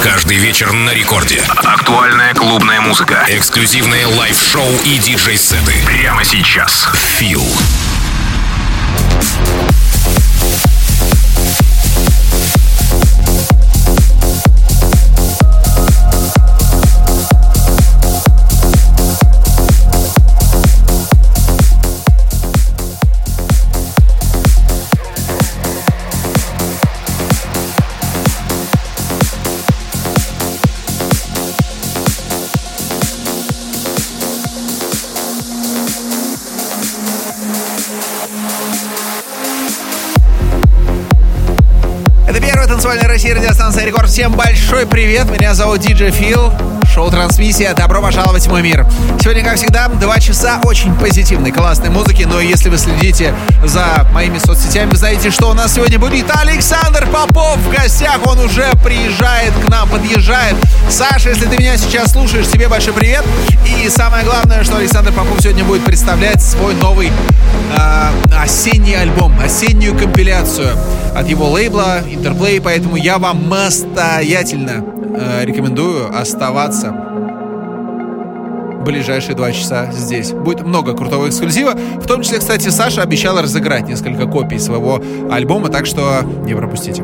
Каждый вечер на рекорде. Актуальная клубная музыка. Эксклюзивные лайв-шоу и диджей-сеты. Прямо сейчас. Feel. Танцевальная Россия, радиостанция Рекорд. Всем большой привет, меня зовут DJ Phil. Шоу-трансмиссия. Добро пожаловать в мой мир. Сегодня, как всегда, 2 часа очень позитивной, классной музыки. Но если вы следите за моими соцсетями, вы знаете, что у нас сегодня будет Александр Попов в гостях. Он уже приезжает к нам, подъезжает. Саша, если ты меня сейчас слушаешь, тебе большой привет. И самое главное, что Александр Попов сегодня будет представлять свой новый осенний альбом, осеннюю компиляцию от его лейбла Interplay. Поэтому я вам настоятельно рекомендую оставаться в ближайшие 2 часа здесь. Будет много крутого эксклюзива. В том числе, кстати, Саша обещала разыграть несколько копий своего альбома, так что не пропустите.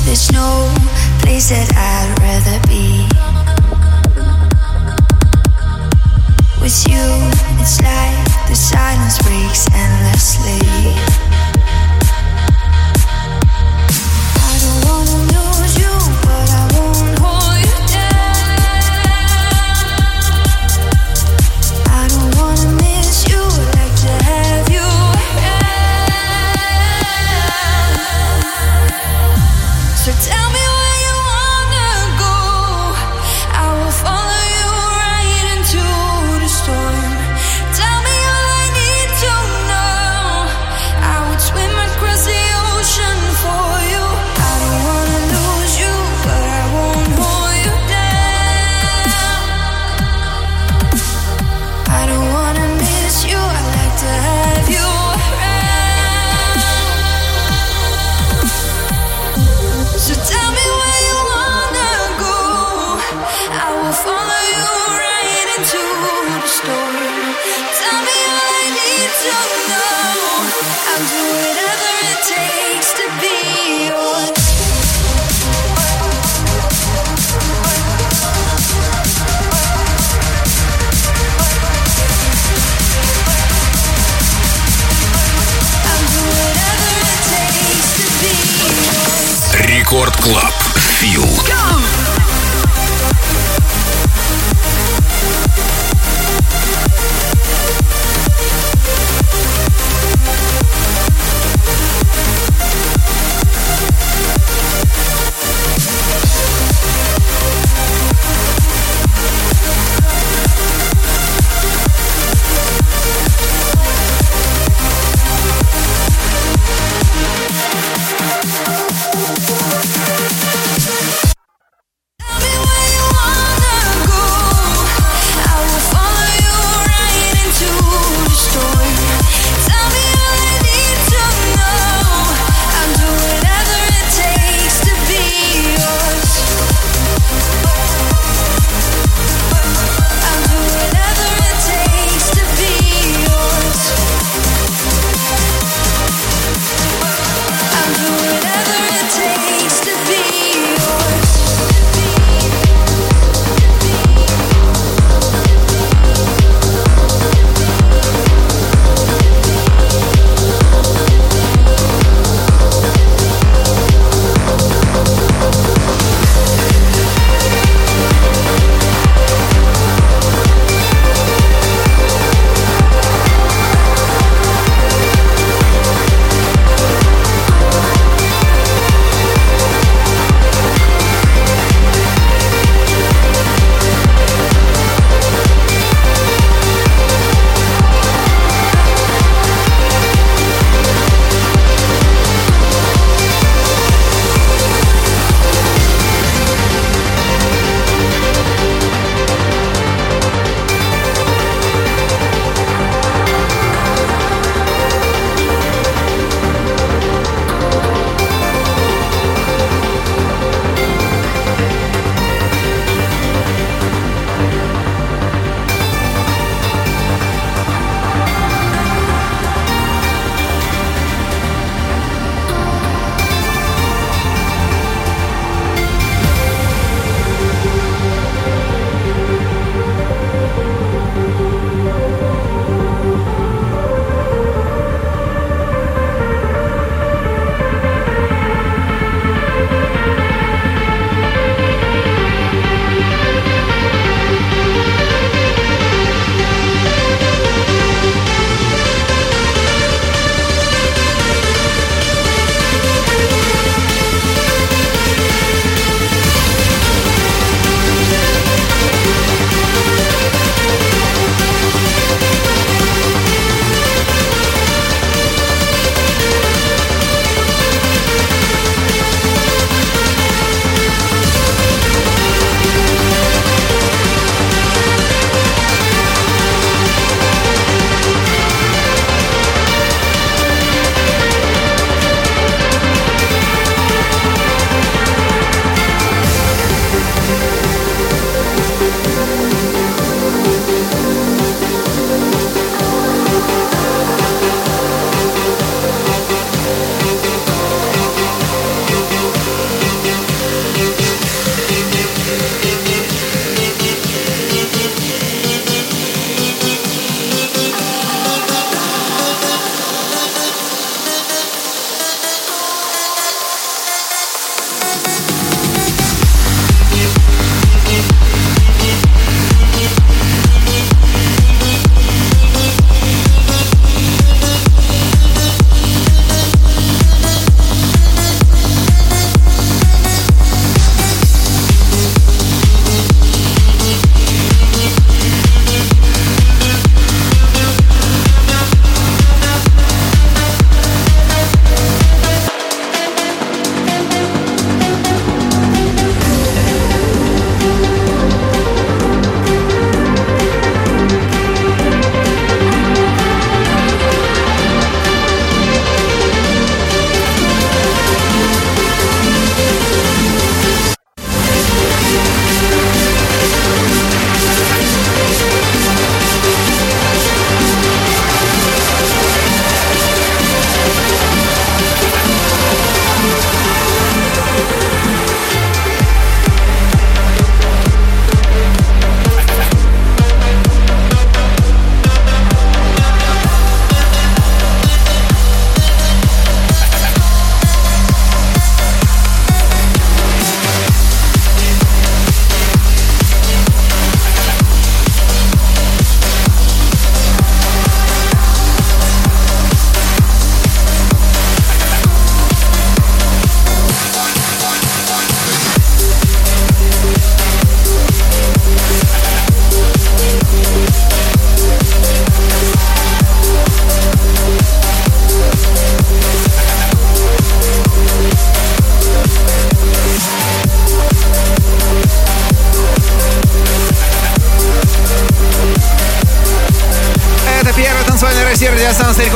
There's no place that I'd rather be. With you, it's like the silence breaks endlessly. I don't wanna lose you, but I won't hold you down. I don't wanna miss you, like to have you around. So tell me where you wanna go. I will follow you right into the storm. Tell me all I need to know. I would swim across the ocean for you. I don't wanna lose you, but I won't hold you down. I don't wanna miss you, I like to have you around. So tell me where you wanna go. I will follow you right into the storm. Tell me all I need to know. I'll do whatever it takes to be yours. I'll do whatever it takes to be yours. Рекорд Клаб. Фил.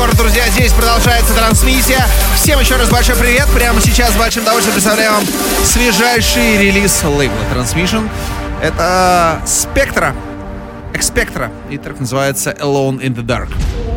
Рекорд, друзья. Здесь продолжается трансмиссия. Всем еще раз большой привет. Прямо сейчас с большим удовольствием представляю вам свежайший релиз лейбла Transmission. Это Spectra, Expectra, и трек называется Alone in the Dark.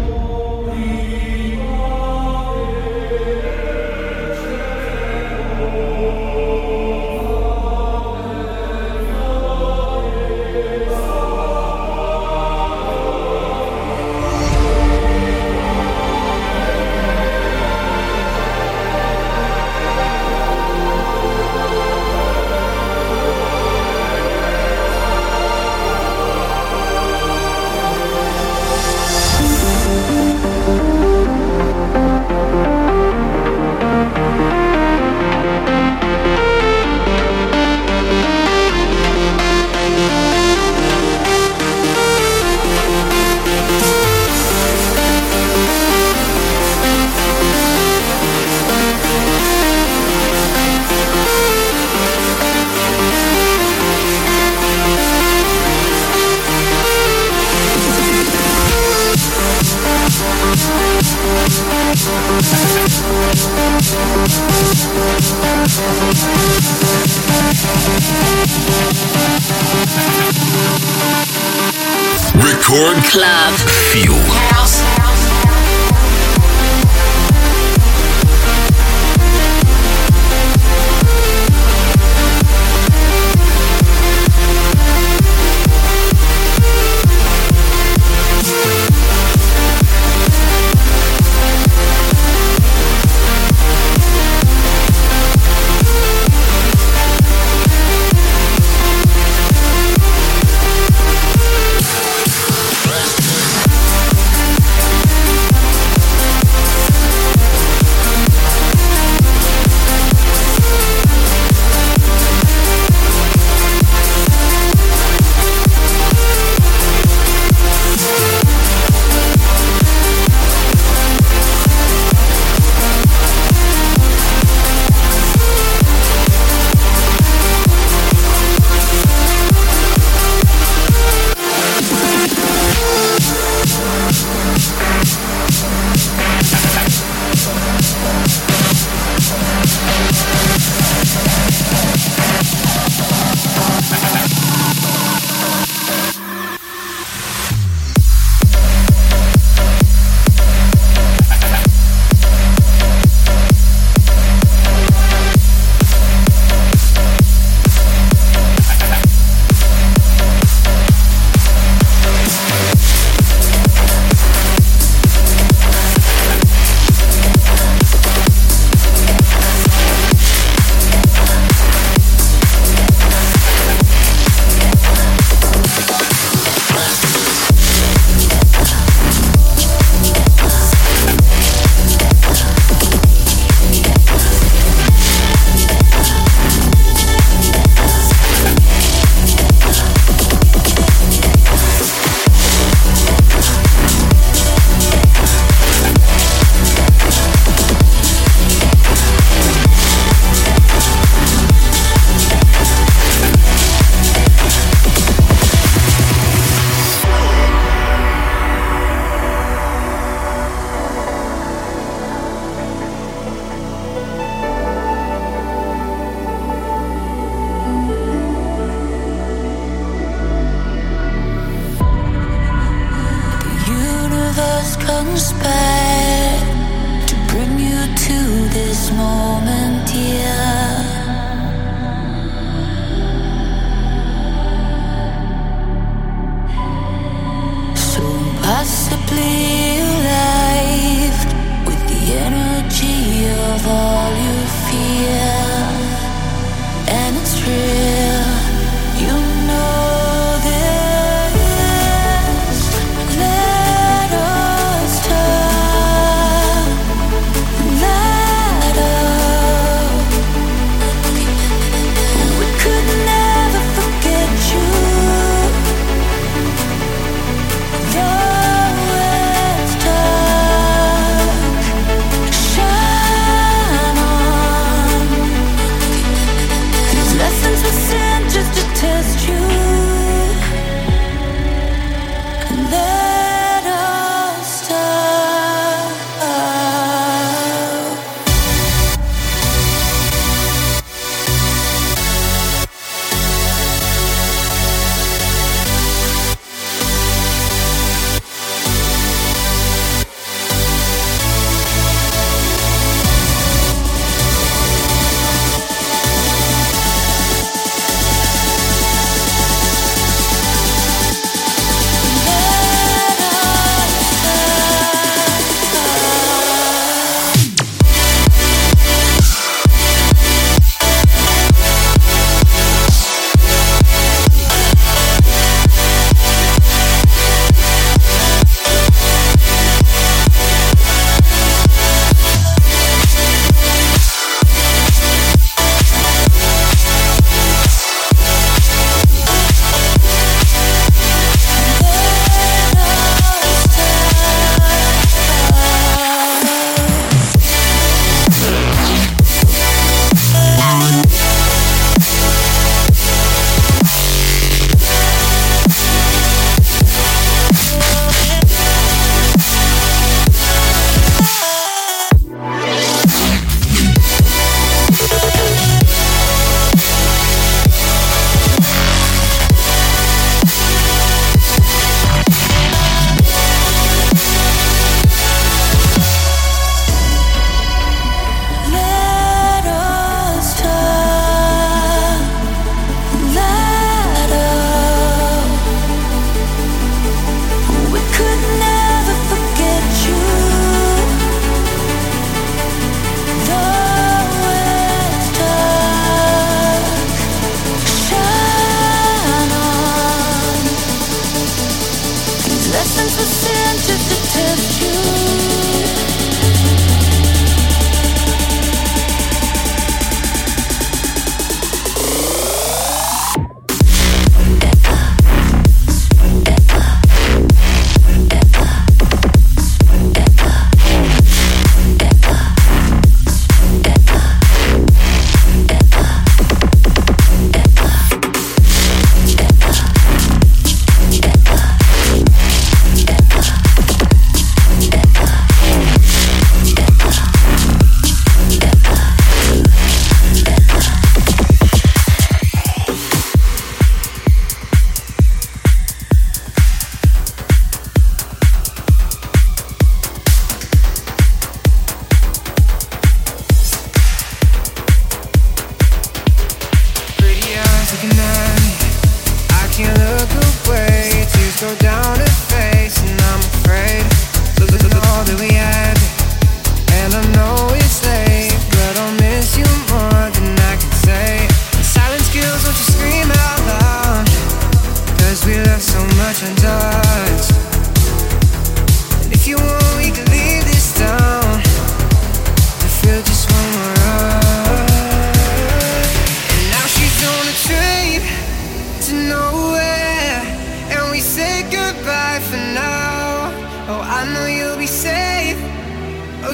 Record Club Feel. House.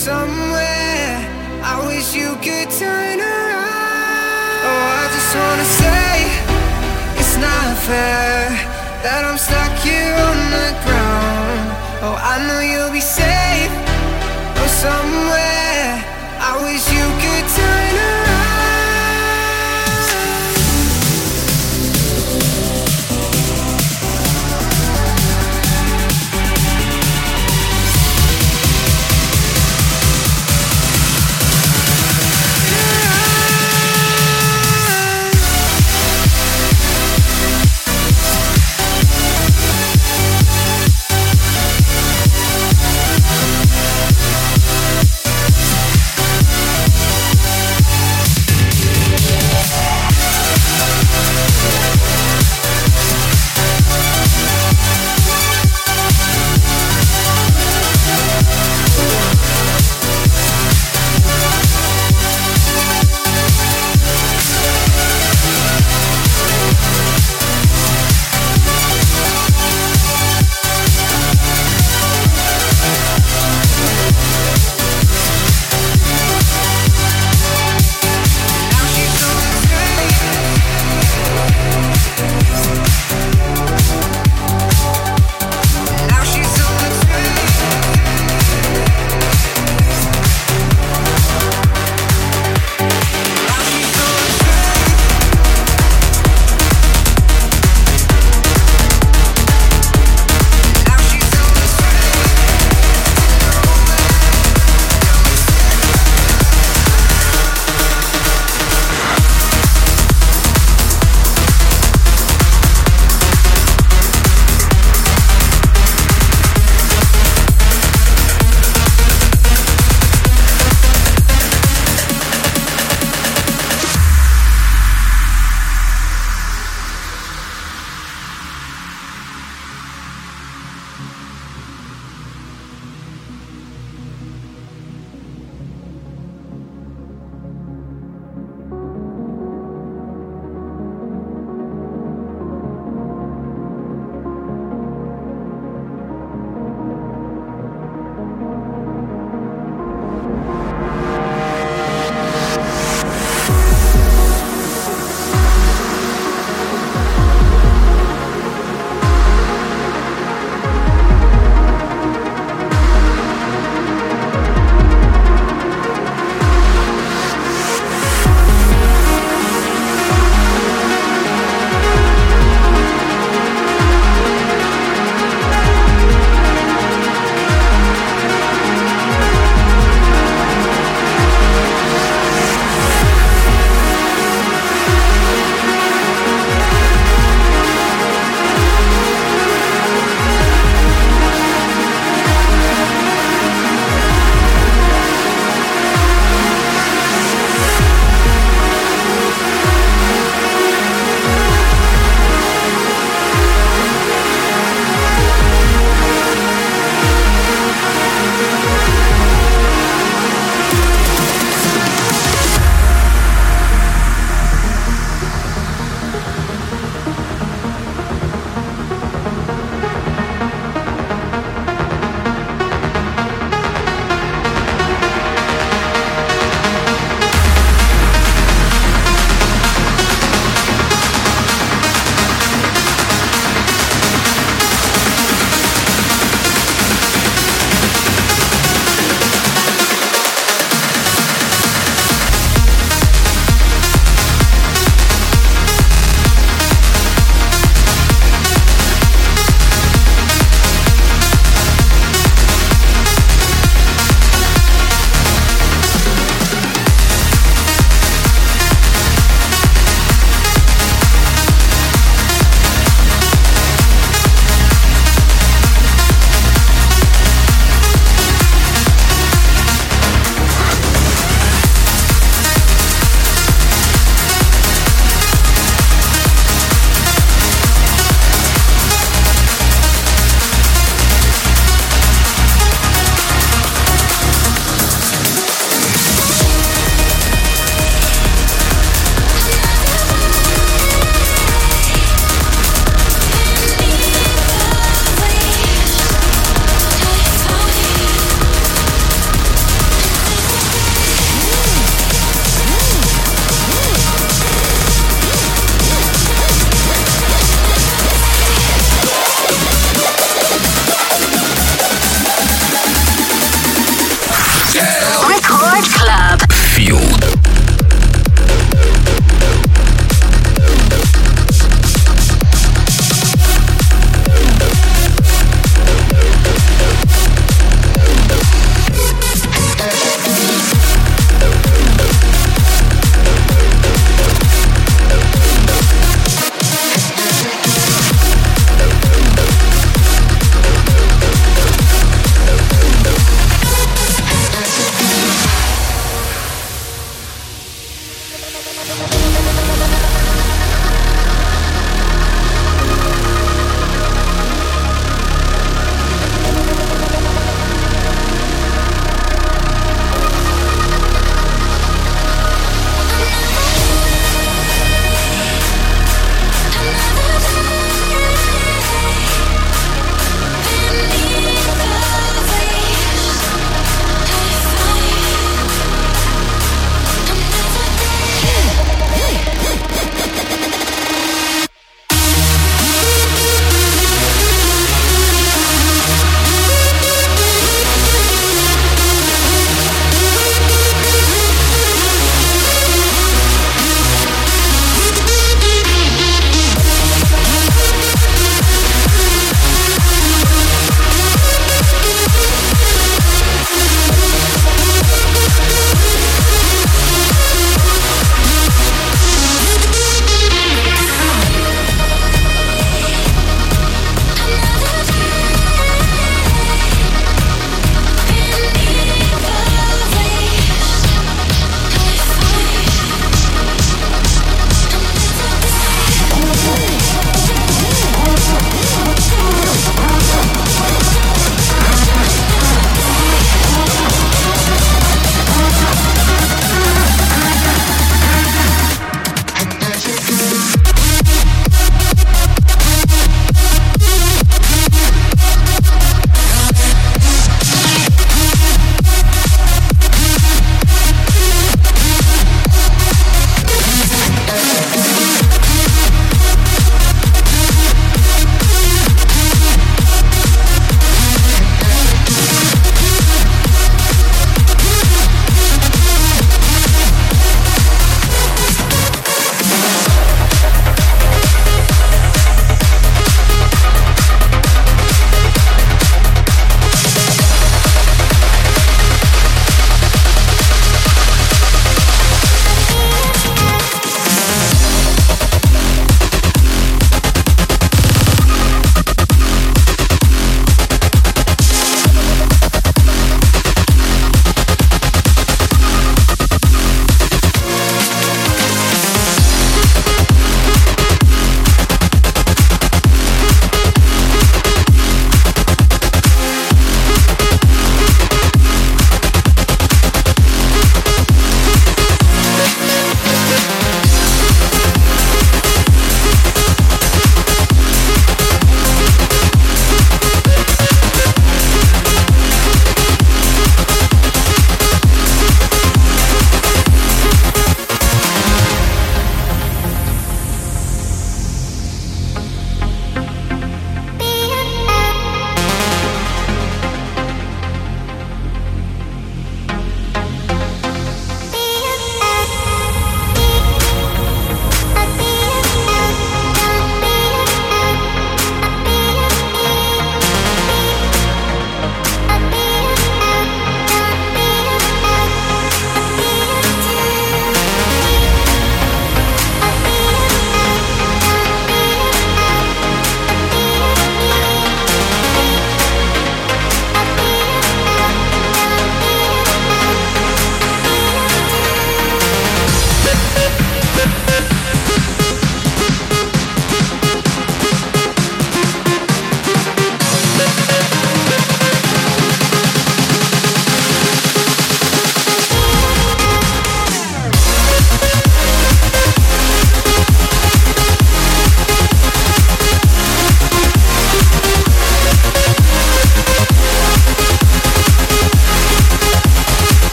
somewhere. I wish you could turn around. Oh, I just wanna say it's not fair that I'm stuck here on the ground. Oh, I know you'll be safe. Oh, somewhere. I wish you could turn around.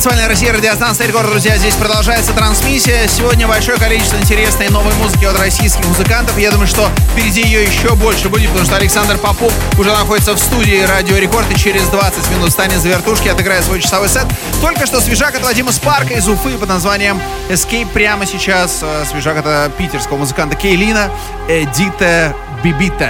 Танцевальная Россия, радиостанция Рекорд. Друзья, здесь продолжается трансмиссия. Сегодня большое количество интересной новой музыки от российских музыкантов. Я думаю, что впереди ее еще больше будет, потому что Александр Попов уже находится в студии Радио Рекорд и через 20 минут станет за вертушки, отыграет свой часовой сет. Только что свежак от Вадима Спарка из Уфы под названием Escape. Прямо сейчас свежак от питерского музыканта Кейлина Эдита Бибита.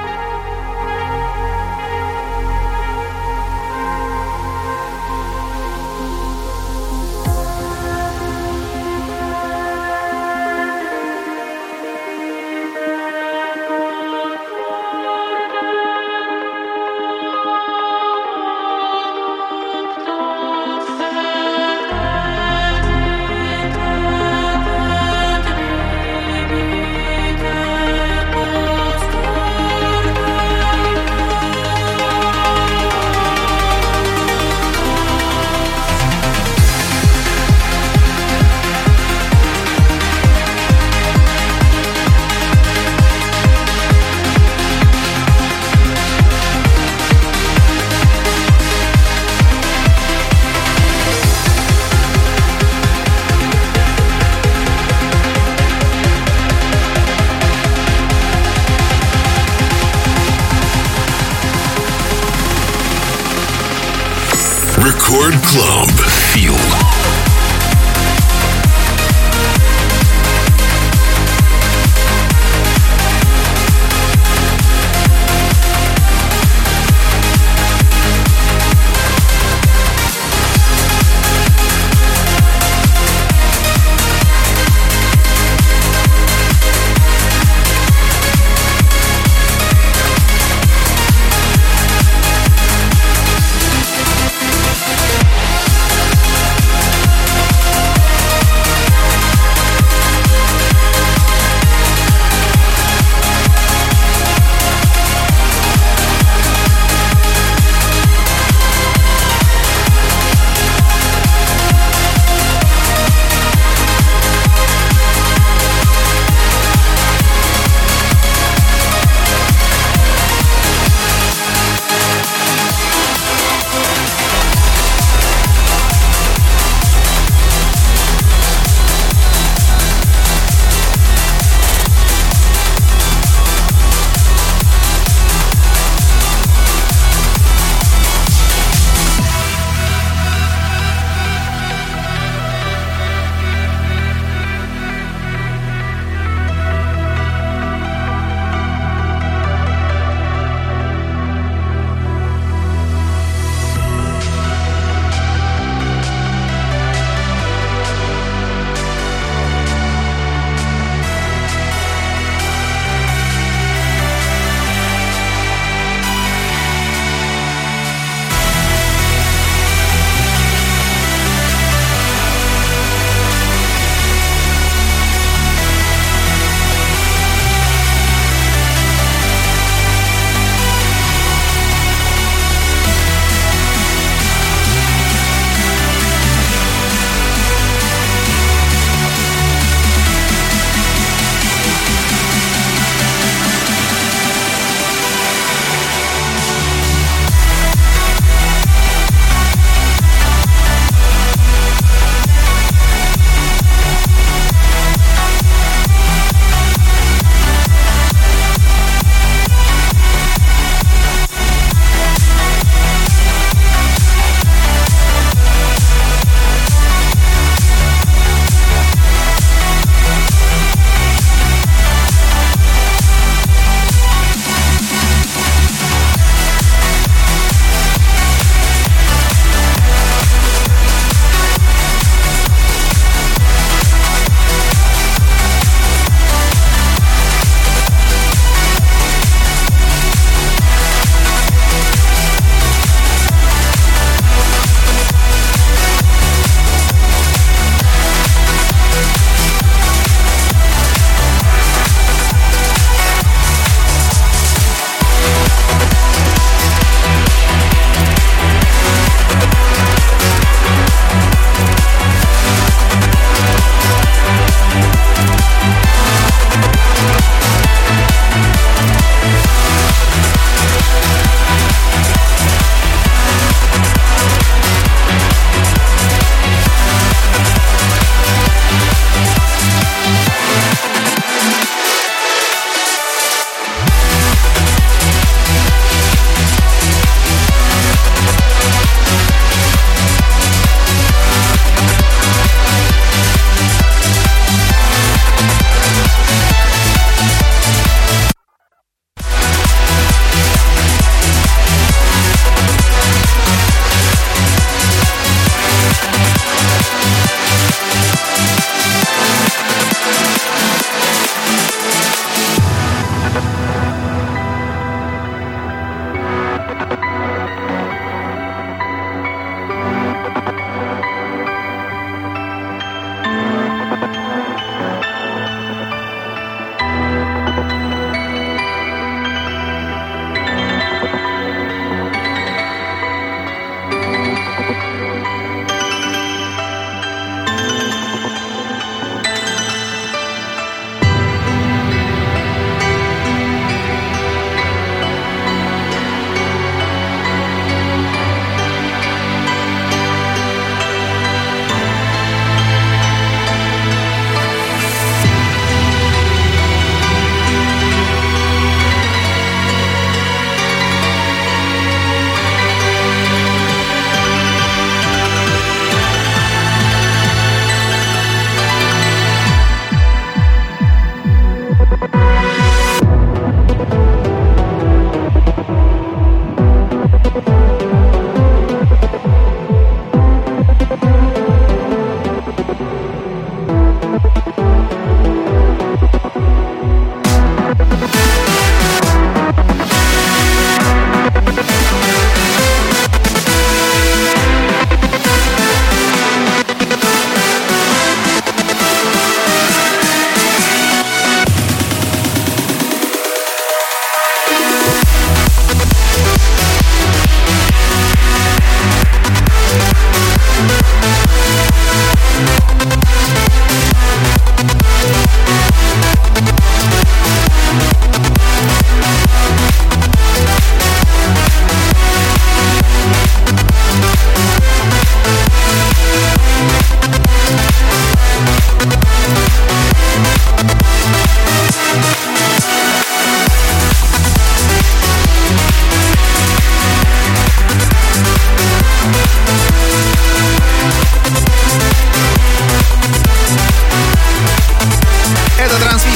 Record Club. Feel.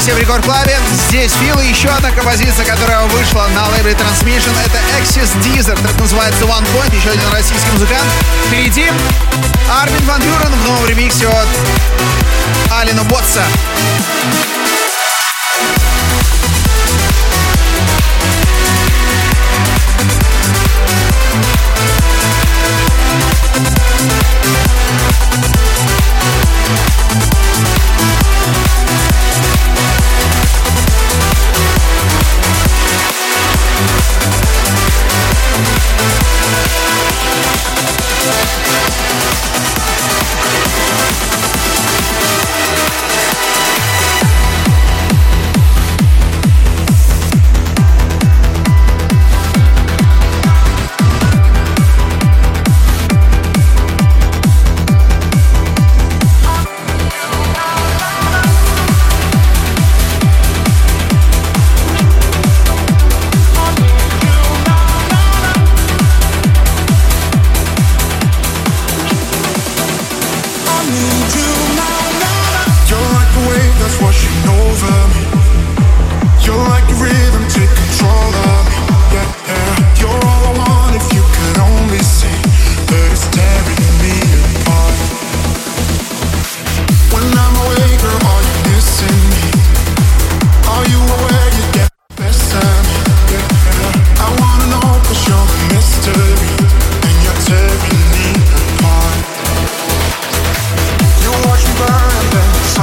Трансмиссия в Рекорд Клабе. Здесь Фил и еще одна композиция, которая вышла на лейбле Transmission. Это Axis Deezer. Так называется One Point. Еще один российский музыкант. Впереди Армин ван Бюрен в новом ремиксе от Алина Ботса.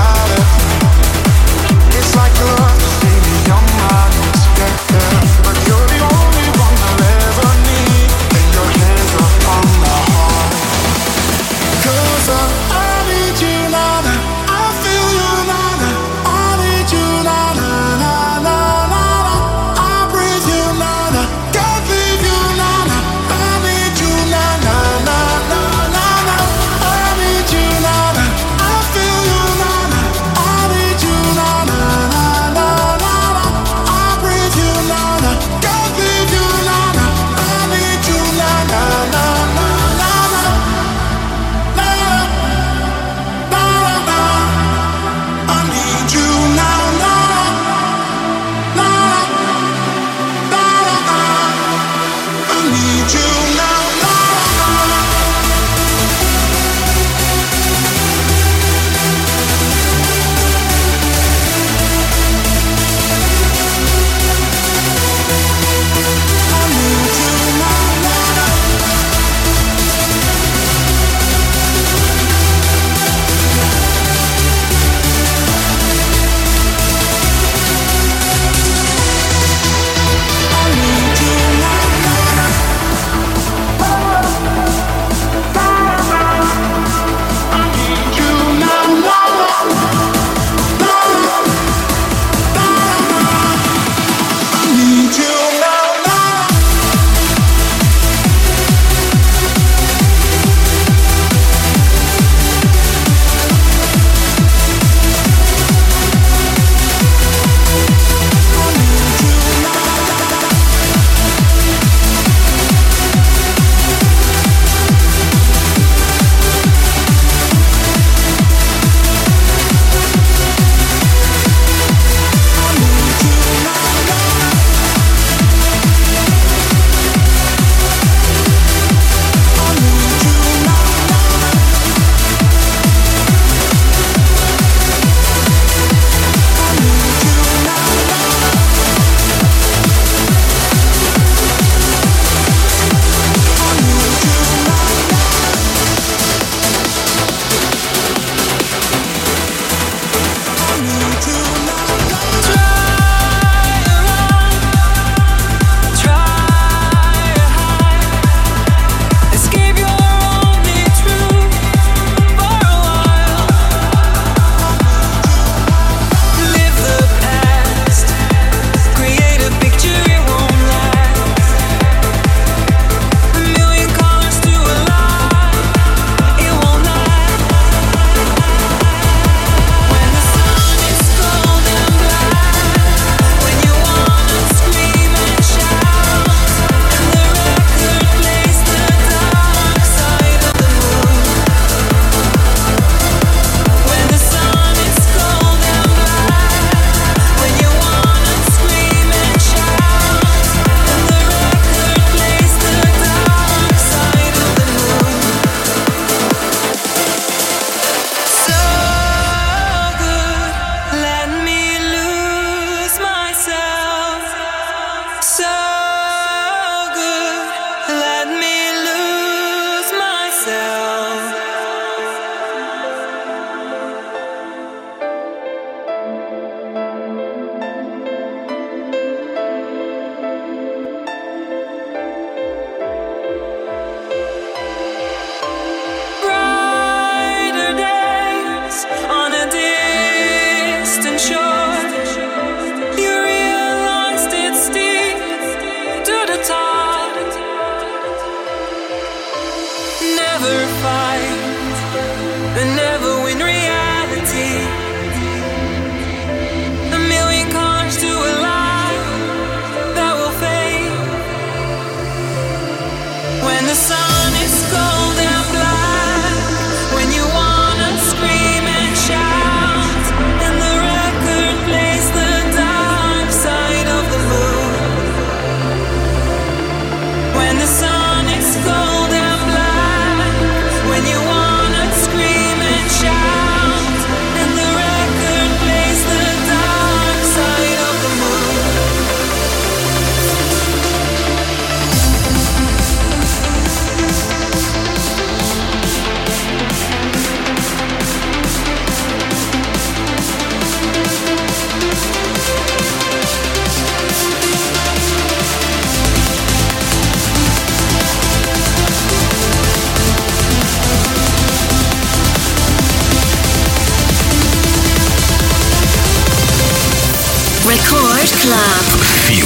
It's like you love to see me on my knees, yeah, yeah. But Club. Feel.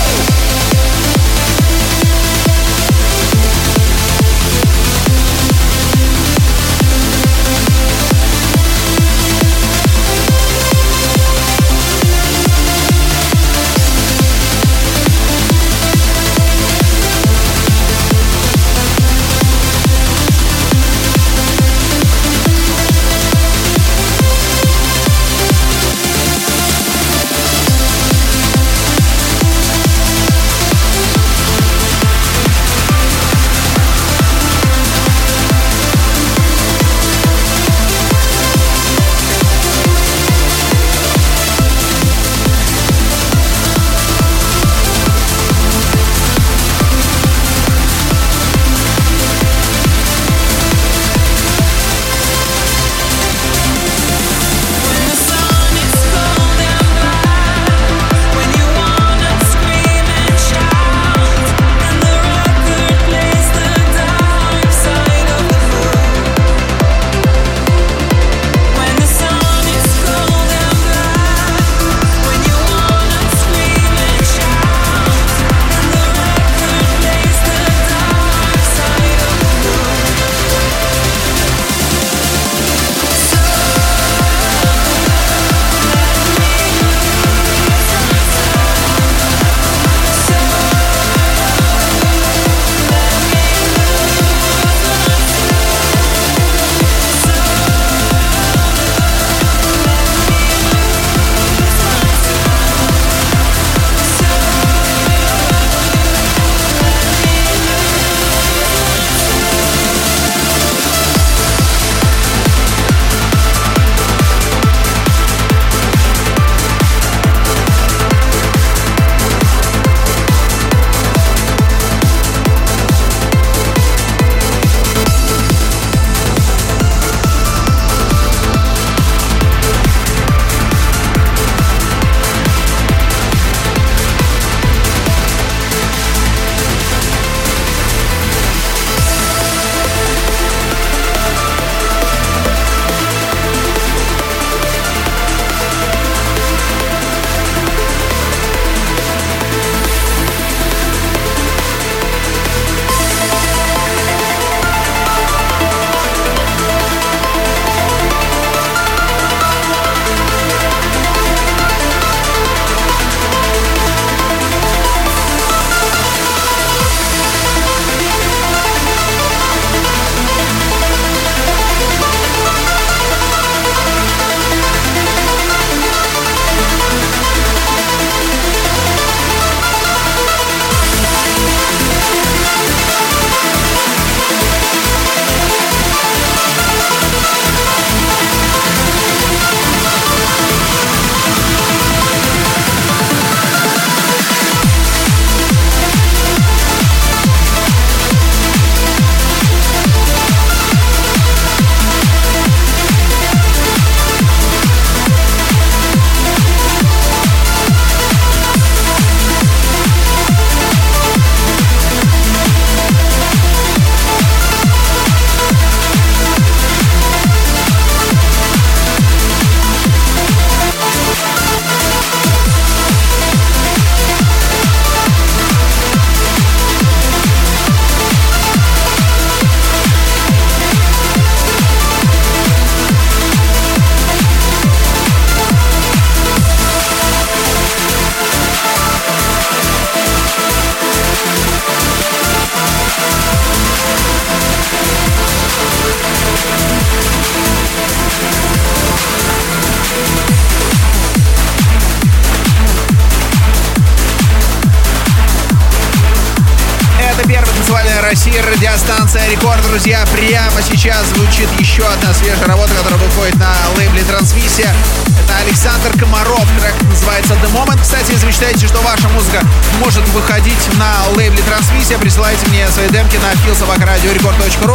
России, радиостанция Рекорд. Друзья, прямо сейчас звучит еще одна свежая работа, которая выходит на лейбле «Трансмиссия». Это Александр Комаров. Трек называется «The Moment». Кстати, если вы считаете, что ваша музыка может выходить на лейбле «Трансмиссия», присылайте мне свои демки на feel@radiorecord.ru,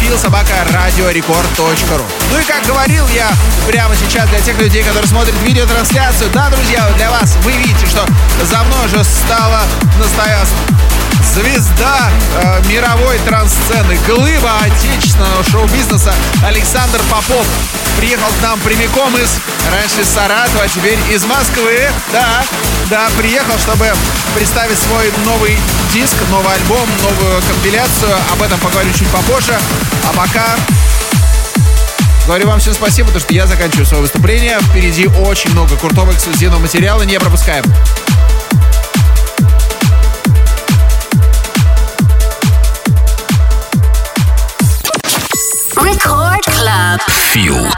feel@radiorecord.ru. Ну и как говорил я прямо сейчас для тех людей, которые смотрят видеотрансляцию, да, друзья, для вас, вы видите, что за мной уже стала настоящая звезда мировой транс-сцены, глыба отечественного шоу-бизнеса Александр Попов. приехал к нам прямиком раньше из Саратова, а теперь из Москвы. Да, приехал, чтобы представить свой новый диск, новый альбом, новую компиляцию. Об этом поговорим чуть попозже. А пока говорю вам всем спасибо, потому что я заканчиваю свое выступление. Впереди очень много крутого эксклюзивного материала, не пропускаем. Record Club. Feel.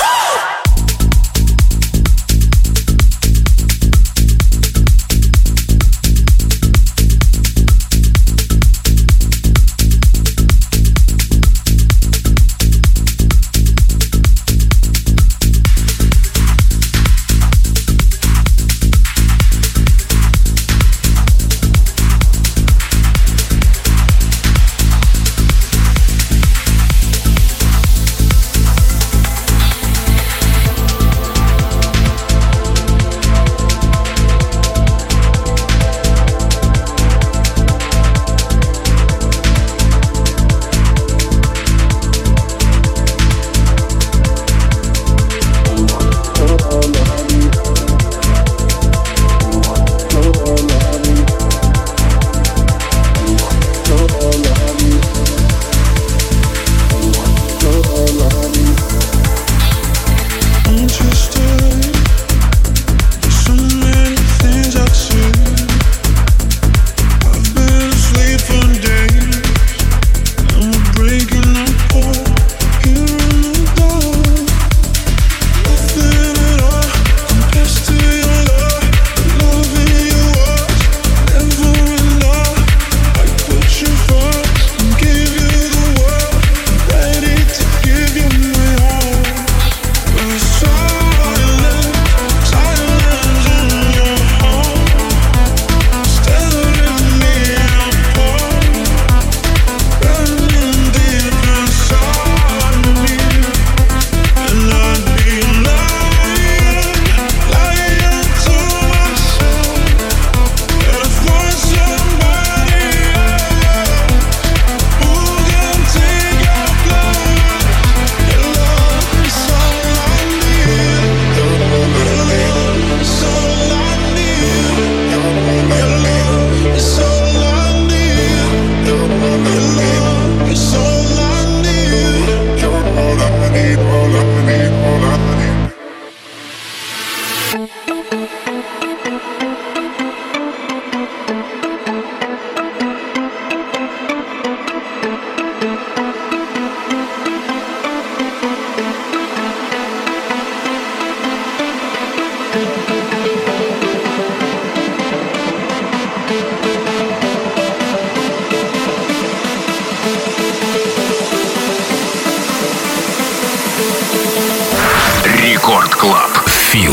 Рекорд Клаб. Feel.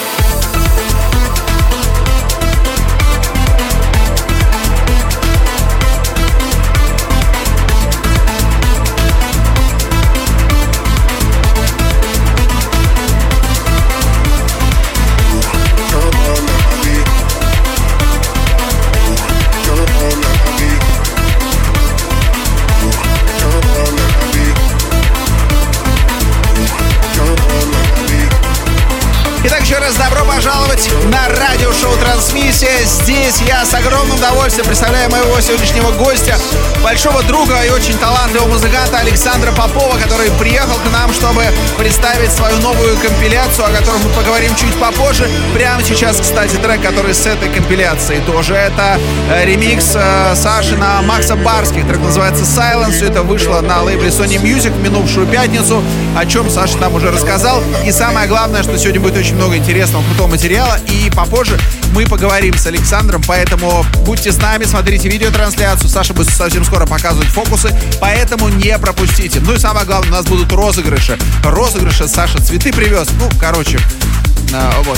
Итак, еще раз добро пожаловать на радиошоу «Трансмиссия». Здесь я с огромным удовольствием представляю моего сегодняшнего гостя, большого друга и очень талантливого музыканта Александра Попова, который приехал к нам, чтобы представить свою новую компиляцию, о которой мы поговорим чуть попозже. Прямо сейчас, кстати, трек, который с этой компиляцией тоже. Это ремикс Саши на Макса Барских. Трек называется «Silence». Все это вышло на лейбле Sony Music в минувшую пятницу, о чем Саша нам уже рассказал. И самое главное, что сегодня будет очень много интересного, крутого материала. И попозже мы поговорим с Александром, поэтому будьте с нами, смотрите видеотрансляцию. Саша будет совсем скоро показывать фокусы, поэтому не пропустите. Ну и самое главное, у нас будут розыгрыши. Розыгрыши Саша цветы привез. Ну, короче, вот.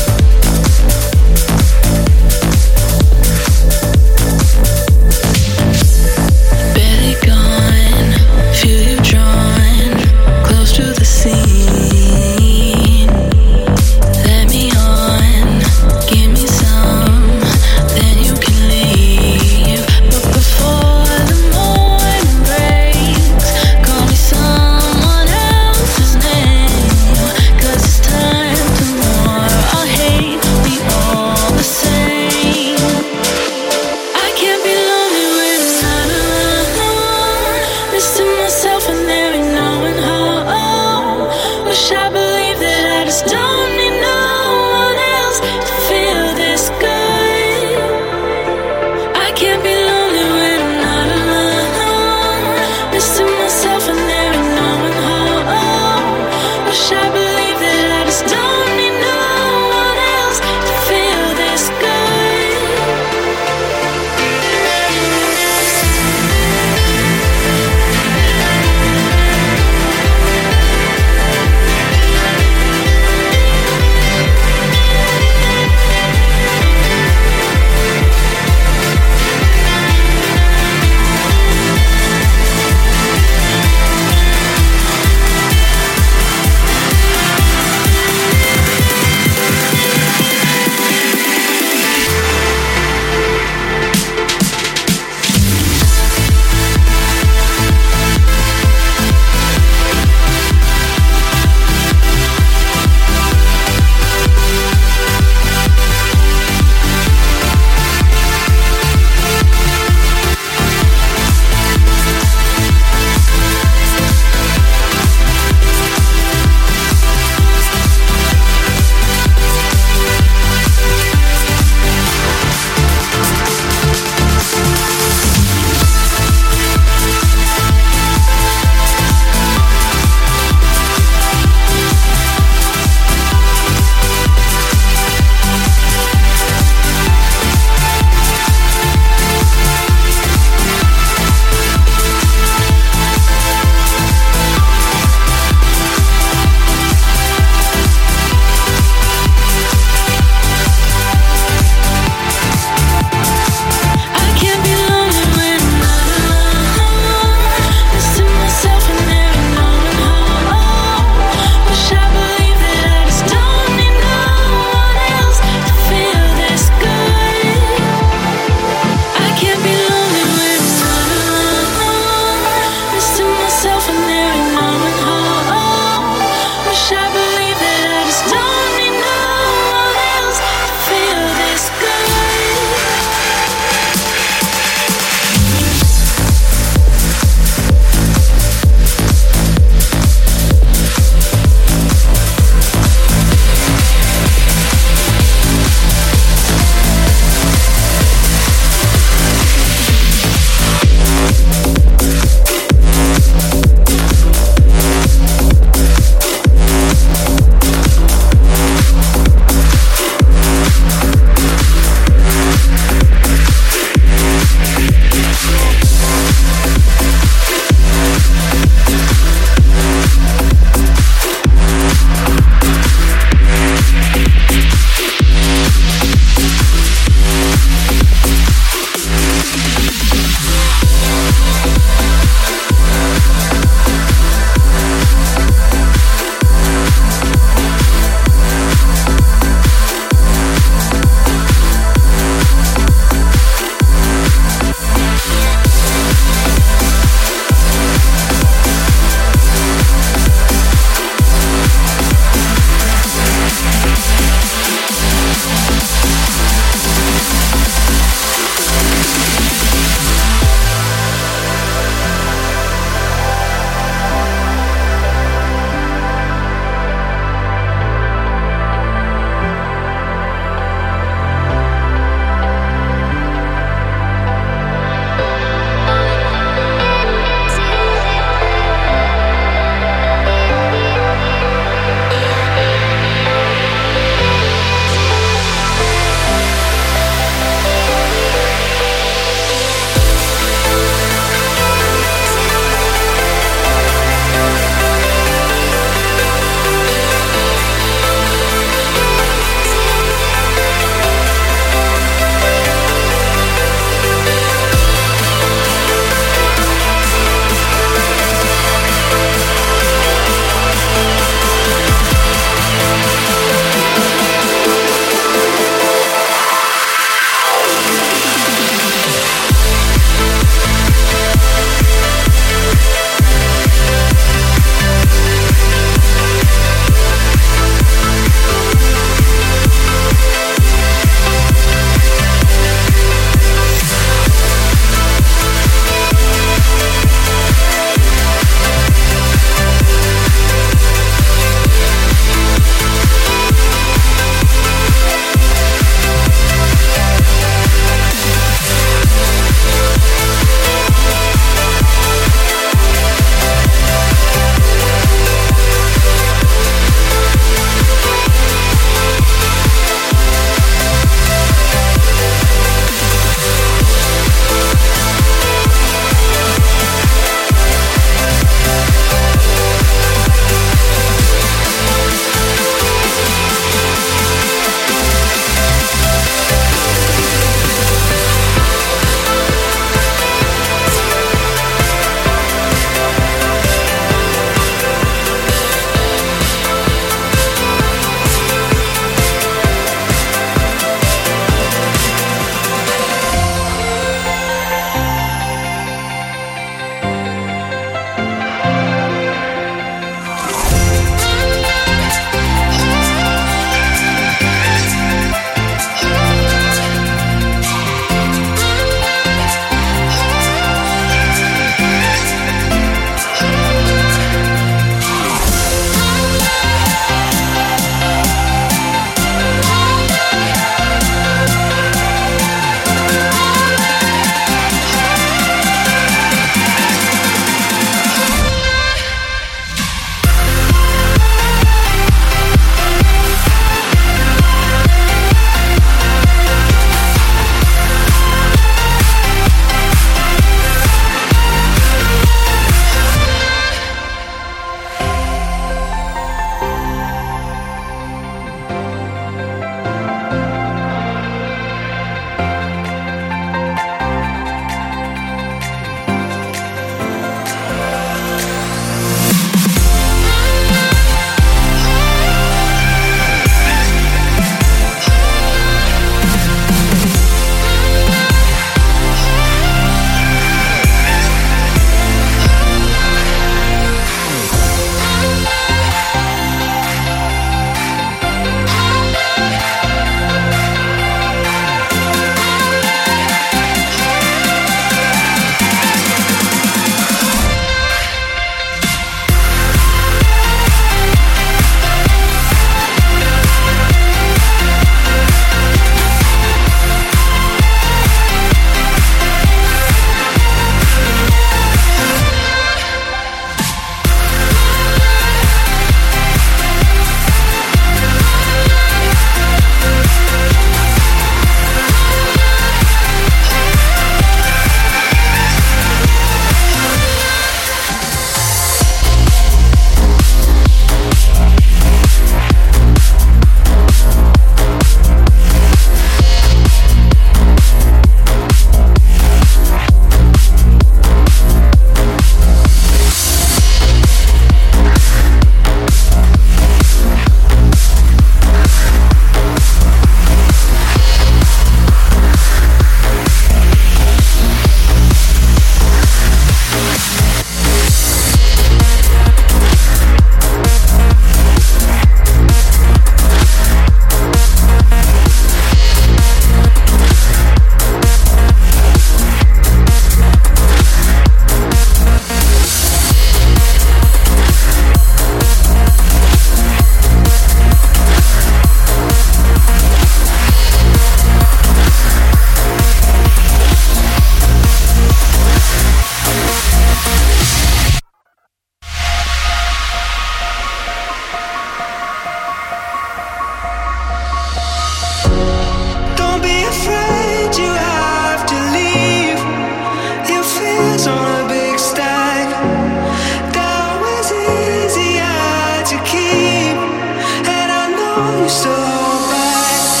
on a big stack. That was easier to keep, and I know you still hold back.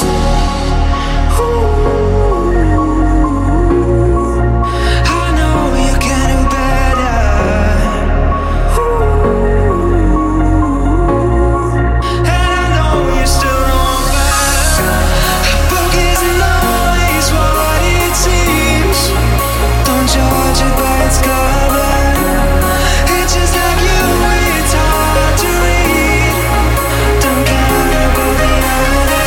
Ooh, I know you can do better. Ooh, and I know you still hold back. A book isn't always what it seems. Don't judge it by its cover. It's just like you, it's hard to read. Don't care about the other.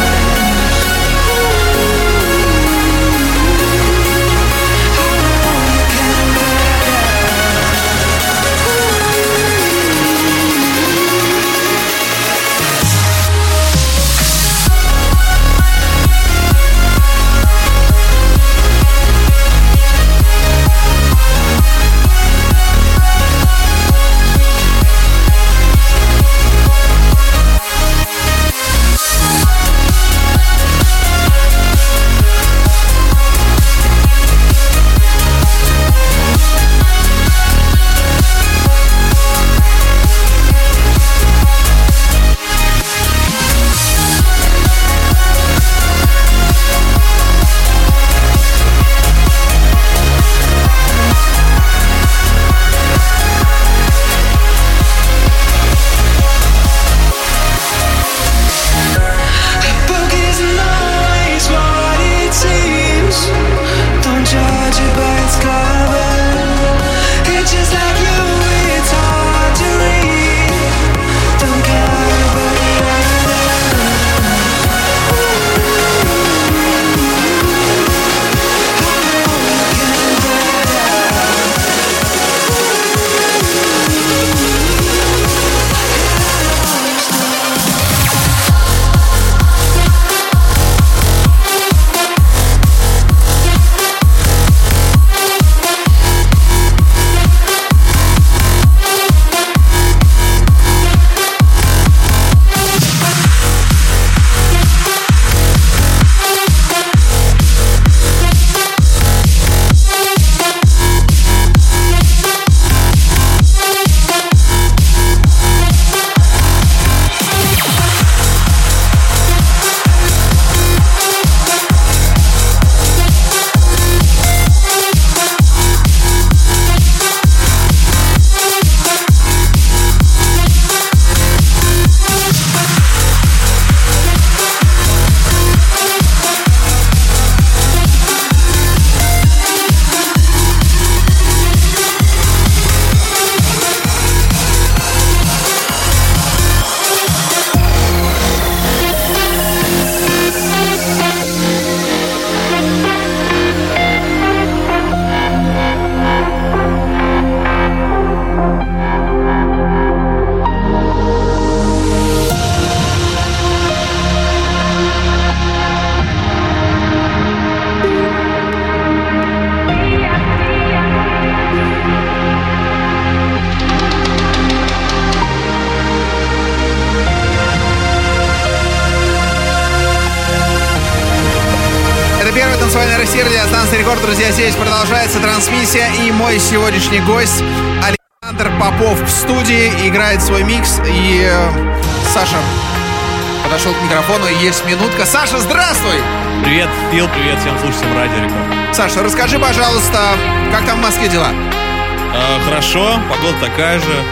Первая танцевальная Россия, радиостанция Рекорд. Друзья, здесь продолжается трансмиссия. И мой сегодняшний гость Александр Попов в студии играет свой микс. И Саша подошел к микрофону. Есть минутка. Саша, здравствуй! Привет, Фил, привет всем слушателям Радио Рекорд. Саша, расскажи, пожалуйста, как там в Москве дела? Хорошо, погода такая же.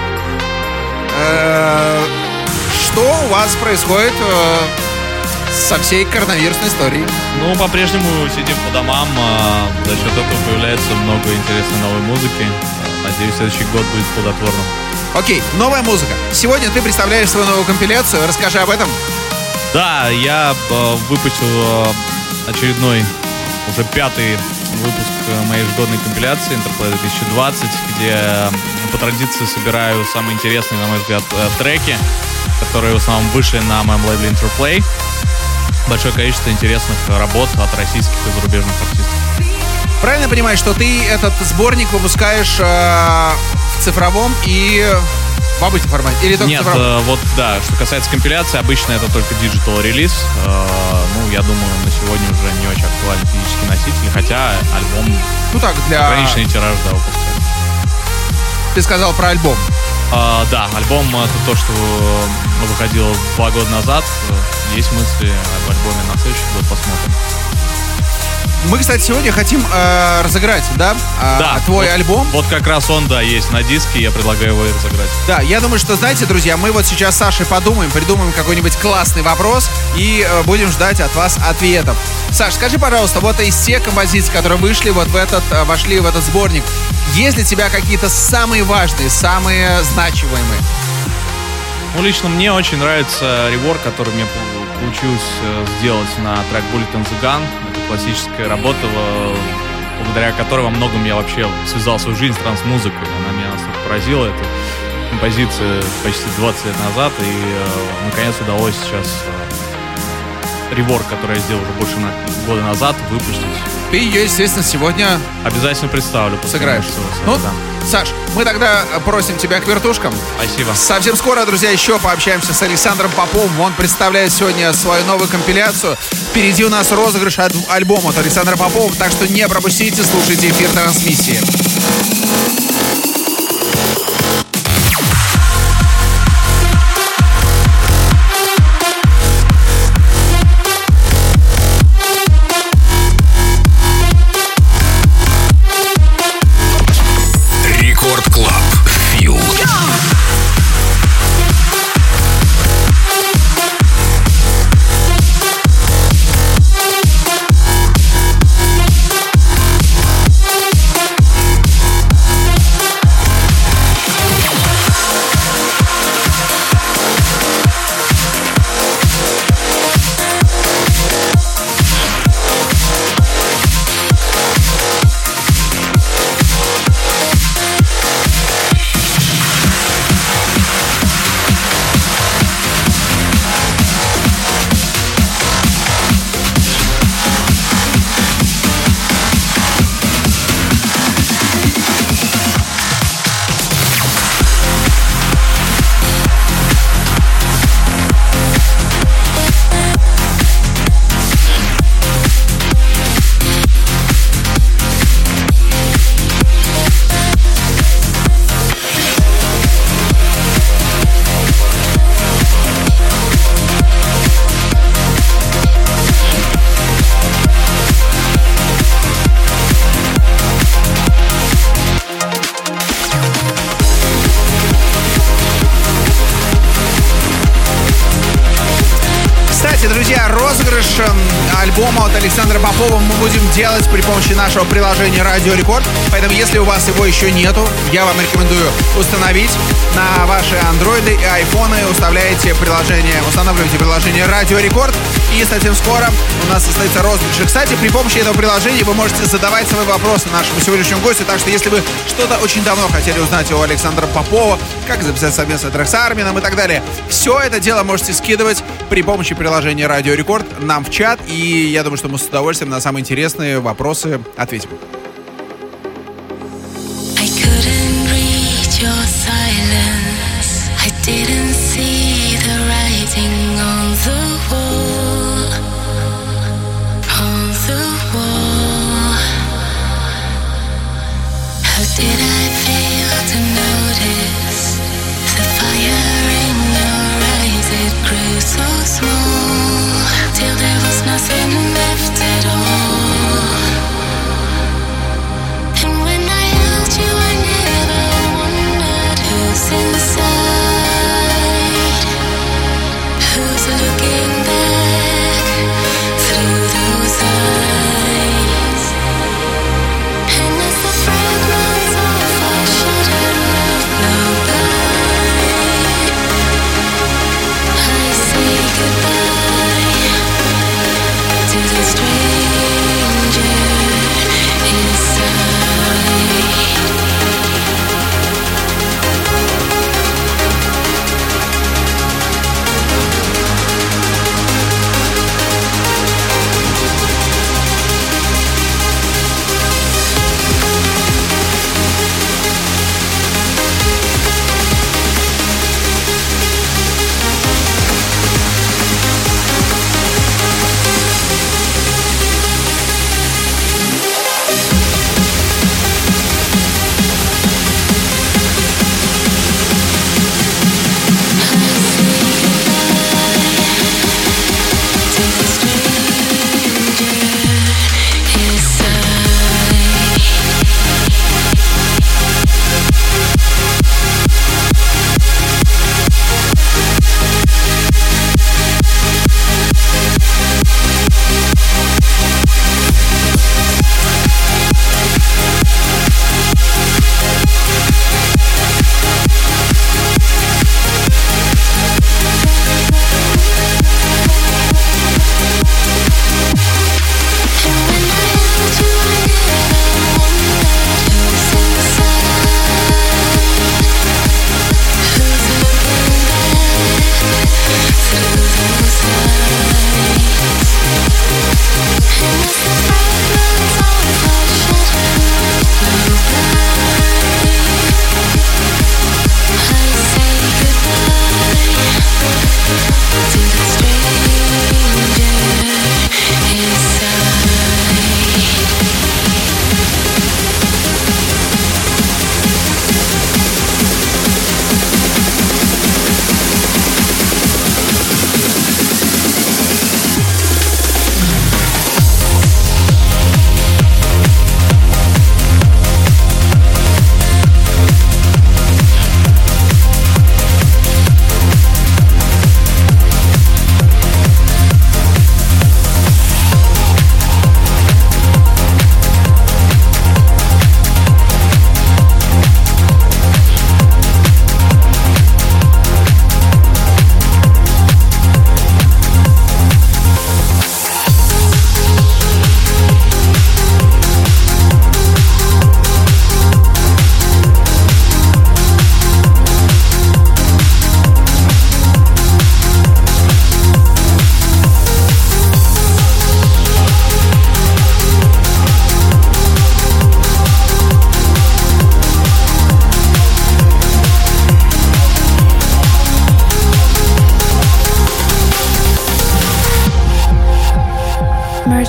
Что у вас происходит со всей коронавирусной историей? Ну, по-прежнему сидим по домам. За счет этого появляется много интересной новой музыки. Надеюсь, следующий год будет плодотворным. Окей, новая музыка. Сегодня ты представляешь свою новую компиляцию. Расскажи об этом. Да, я выпустил очередной, уже 5-й выпуск моей ежегодной компиляции Interplay 2020, где по традиции собираю самые интересные, на мой взгляд, треки, которые в основном вышли на моем лейбле Interplay. Большое количество интересных работ от российских и зарубежных артистов. Правильно понимаешь, что ты этот сборник выпускаешь в цифровом и В обычном формате? Или только Нет, вот да, что касается компиляции, обычно это только диджитал релиз. Ну, я думаю, на сегодня уже не очень актуальны физические носители, хотя альбом Ну так, для... ограниченный тираж, да, выпускает. Ты сказал про альбом. Да, альбом — это то, что выходило 2 года назад. Есть мысли об альбоме на следующий год, посмотрим. Мы, кстати, сегодня хотим разыграть, да? Да, Твой вот, альбом. Вот как раз он, да, есть на диске, я предлагаю его и разыграть. Да, я думаю, что, знаете, друзья, мы вот сейчас с Сашей придумаем какой-нибудь классный вопрос и будем ждать от вас ответов. Саш, скажи, пожалуйста, вот из тех композиций, которые вошли в этот сборник, есть для тебя какие-то самые важные, самые значимые? Ну, лично мне очень нравится реворк, который мне получилось сделать на трек Bullet in the Gun. Это классическая работа, благодаря которой во многом я вообще связал свою жизнь с транс-музыкой. Она меня настолько поразила. Это композиция почти 20 лет назад, и наконец удалось сейчас реворк, который я сделал уже больше года назад, выпустить. Ты ее, естественно, сегодня обязательно представлю. Сыграешь. Ну, да. Саш, мы тогда просим тебя к вертушкам. Спасибо. Совсем скоро, друзья, еще пообщаемся с Александром Поповым. Он представляет сегодня свою новую компиляцию. Впереди у нас розыгрыш альбома от Александра Попова, так что не пропустите, слушайте эфир трансмиссии. Альбома от Александра Попова мы будем делать при помощи нашего приложения Радио Рекорд. Поэтому, если у вас его еще нету, я вам рекомендую установить на ваши андроиды и айфоны. Устанавливайте приложение Радио Рекорд. И совсем скоро у нас состоится розыгрыш. И, кстати, при помощи этого приложения вы можете задавать свои вопросы нашему сегодняшнему гостю. Так что, если вы что-то очень давно хотели узнать у Александра Попова, как записать совместный трек с Армином и так далее, все это дело можете скидывать при помощи приложения Радио Рекорд нам в чат. И я думаю, что мы с удовольствием на самые интересные вопросы ответим.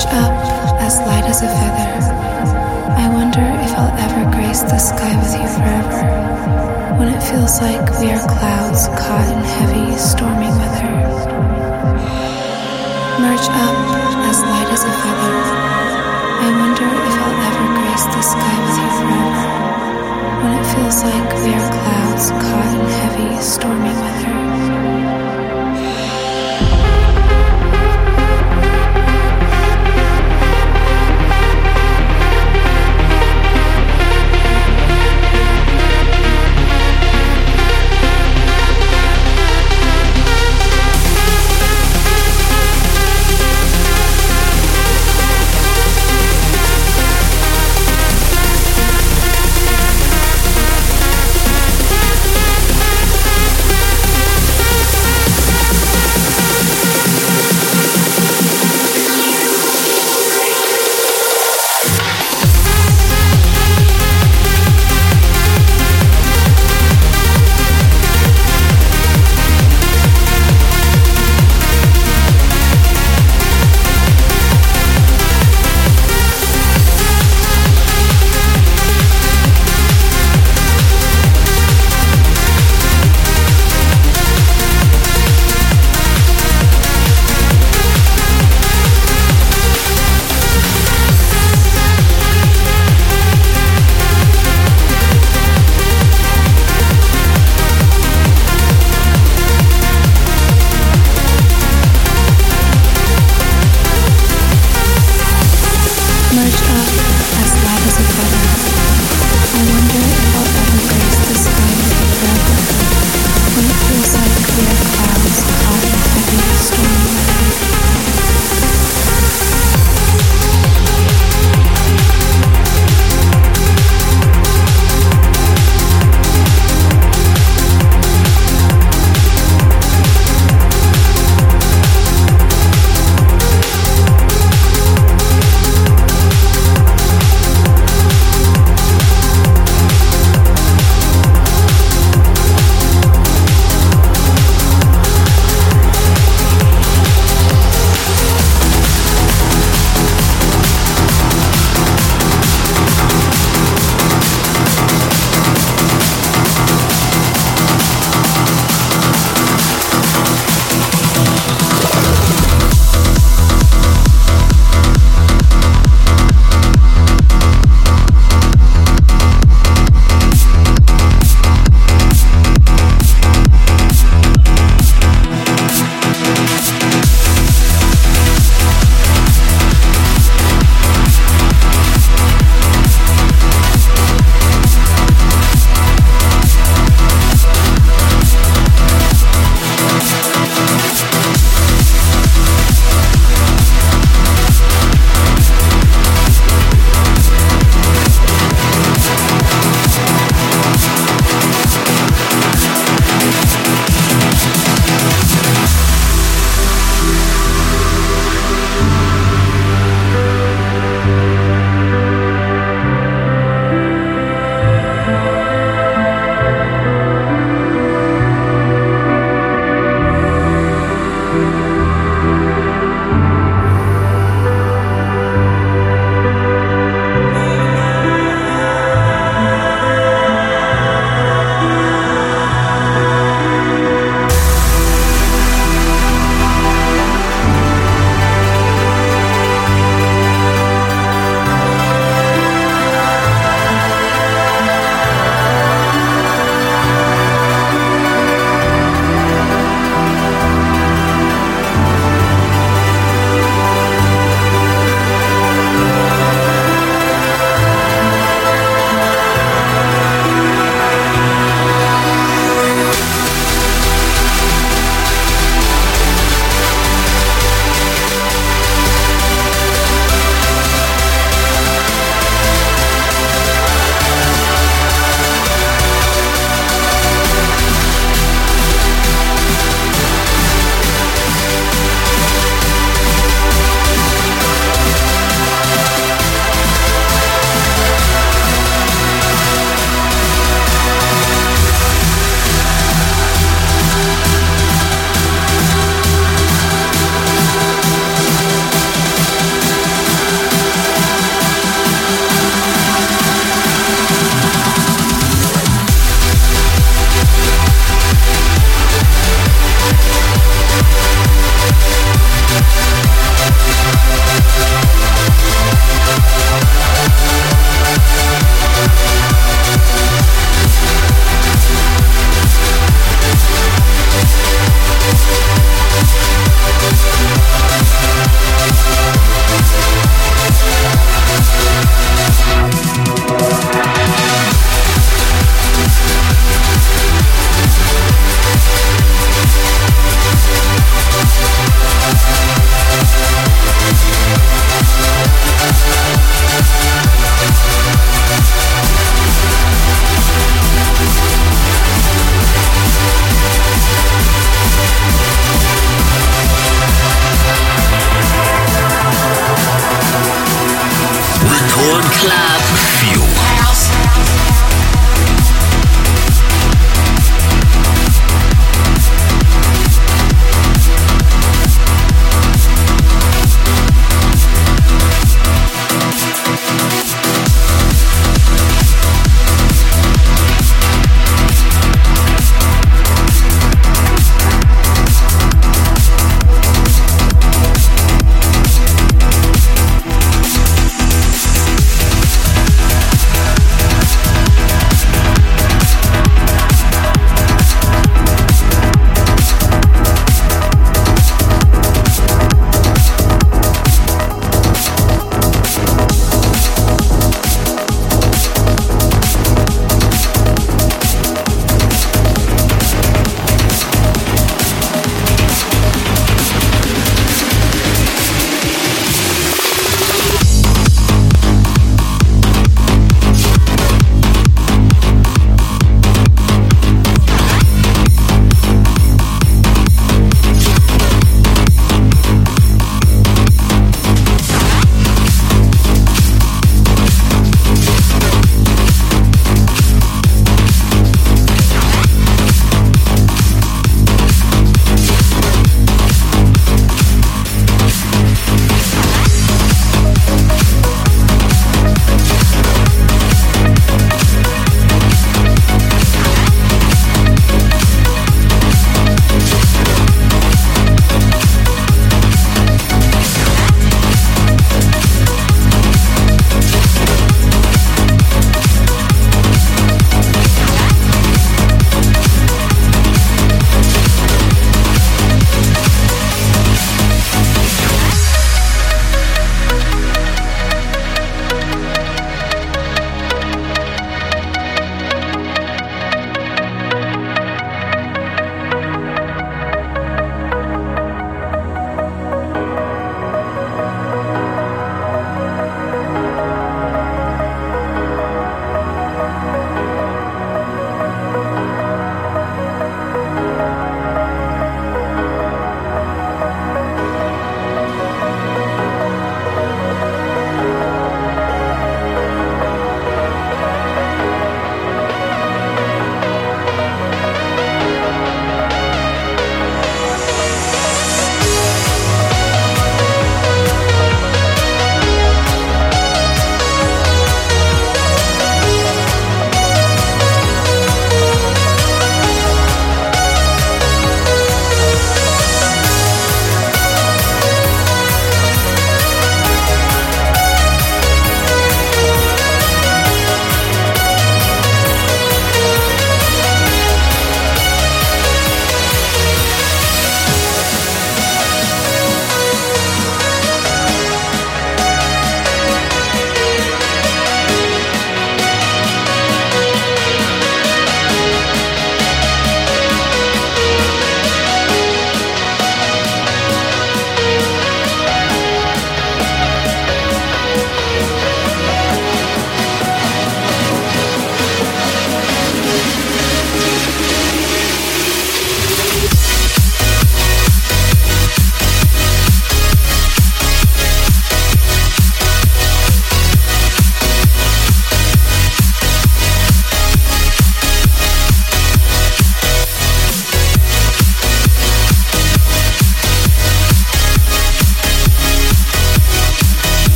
Merge up as light as a feather. I wonder if I'll ever grace the sky with you forever. When it feels like we are clouds caught in heavy, stormy weather. Merge up as light as a feather. I wonder if I'll ever grace the sky with you forever. When it feels like we are clouds caught in heavy, stormy weather.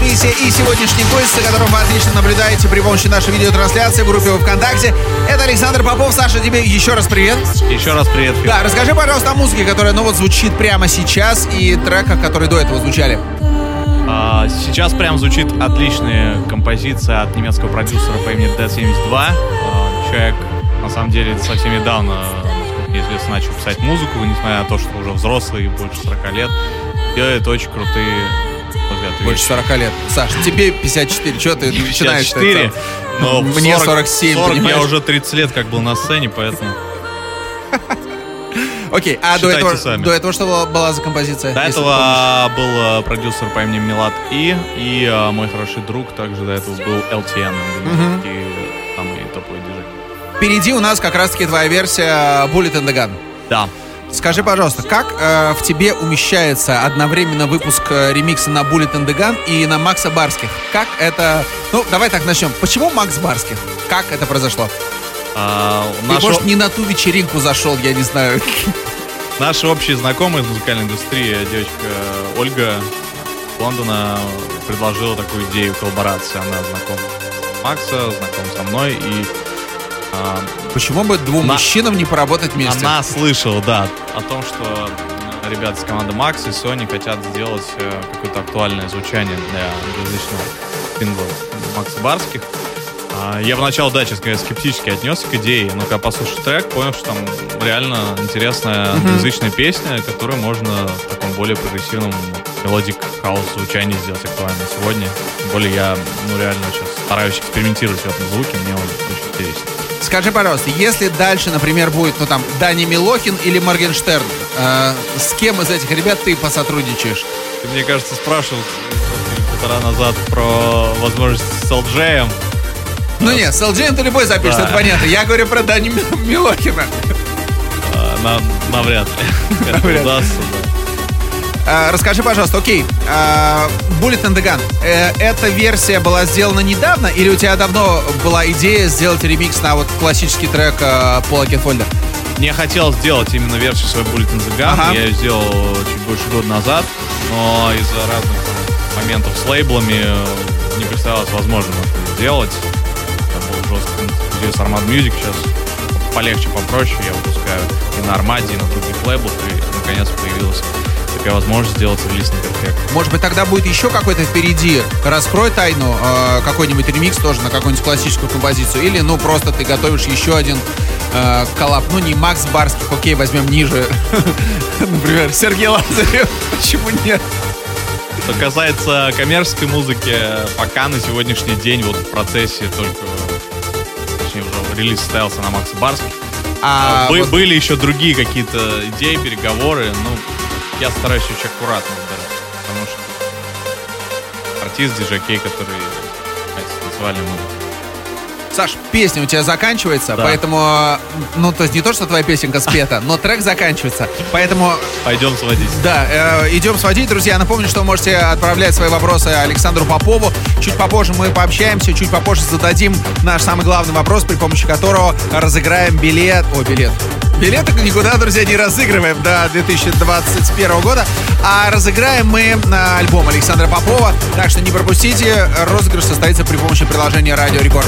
Трансмиссия и сегодняшний гость, за которым вы отлично наблюдаете при помощи нашей видеотрансляции в группе ВКонтакте. Это Александр Попов. Саша, тебе еще раз привет. Еще раз привет. Да, расскажи, пожалуйста, о музыке, которая, звучит прямо сейчас, и треках, которые до этого звучали. Сейчас прям звучит отличная композиция от немецкого продюсера по имени D72. Человек, на самом деле, совсем недавно, насколько мне известно, начал писать музыку, несмотря на то, что уже взрослый, больше 40 лет. Делает очень крутые... Больше 40 лет. Саш, тебе 54, что ты начинаешь? 54, но мне 47, 40 понимаешь? я уже 30 лет как был на сцене, поэтому... Окей, а до этого что была за композиция? До этого был продюсер по имени Милад и мой хороший друг, также до этого был LTN, самый топовый диджей. Впереди у нас как раз-таки твоя версия Bullet in the Gun. Да. Скажи, пожалуйста, как в тебе умещается одновременно выпуск ремикса на Bullet in the Gun и на Макса Барских? Как это... давай так начнем. Почему Макс Барских? Как это произошло? Ты, может, не на ту вечеринку зашел, я не знаю. Наши общие знакомые из музыкальной индустрии, девочка Ольга из Лондона, предложила такую идею коллаборации. Она знакома с Макса, знакома со мной и... Почему бы двум мужчинам не поработать вместе? Она слышала, да, о том, что ребята с команды Макс и Sony хотят сделать какое-то актуальное звучание для англоязычного сингла Макса Барских. Я поначалу, да, честно говоря, скептически отнесся к идее, но когда послушал трек, понял, что там реально интересная англоязычная песня, которую можно в таком более прогрессивном мелодик хаус звучании сделать актуально сегодня. Тем более я, реально сейчас стараюсь экспериментировать в этом звуке, мне он очень интересен. Скажи, пожалуйста, если дальше, например, будет, Дани Милохин или Моргенштерн, с кем из этих ребят ты посотрудничаешь? Ты, мне кажется, спрашивал полтора назад про возможность с LJ. Нет, с LJ ты любой запишешь, это понятно. Я говорю про Дани Милохина. Навряд ли. Это удастся, да. Расскажи, пожалуйста, окей, Bullet in the Gun, эта версия была сделана недавно, или у тебя давно была идея сделать ремикс на классический трек Пола Кенфольда? Мне хотелось сделать именно версию своей Bullet in the Gun, я ее сделал чуть больше года назад, но из-за разных моментов с лейблами не представлялось возможным это сделать. Это был жесткий с Armad Music, сейчас полегче, попроще, я выпускаю и на Армаде, и на других лейблах, и наконец появилась такая возможность сделать релиз на перфект. Может быть, тогда будет еще какой-то впереди. Раскрой тайну, какой-нибудь ремикс тоже на какую-нибудь классическую композицию. Или, просто ты готовишь еще один коллаб. Не Макс Барских, окей, возьмем ниже. Например, Сергей Лазарев. Почему нет? Что касается коммерческой музыки, пока на сегодняшний день в процессе только, точнее, уже релиз состоялся на Макса Барских. Были еще другие какие-то идеи, переговоры, я стараюсь очень аккуратно выбирать, потому что артист, диджей-кей, который занимается танцевальной музыкой. Саш, песня у тебя заканчивается, да. Поэтому, то есть не то, что твоя песенка спета, но трек заканчивается, поэтому... Пойдем сводить. Да, идем сводить, друзья. Напомню, что вы можете отправлять свои вопросы Александру Попову. Чуть попозже мы пообщаемся, чуть попозже зададим наш самый главный вопрос, при помощи которого разыграем билет. Билеты никуда, друзья, не разыгрываем до 2021 года, а разыграем мы на альбом Александра Попова. Так что не пропустите, розыгрыш состоится при помощи приложения Радио Рекорд.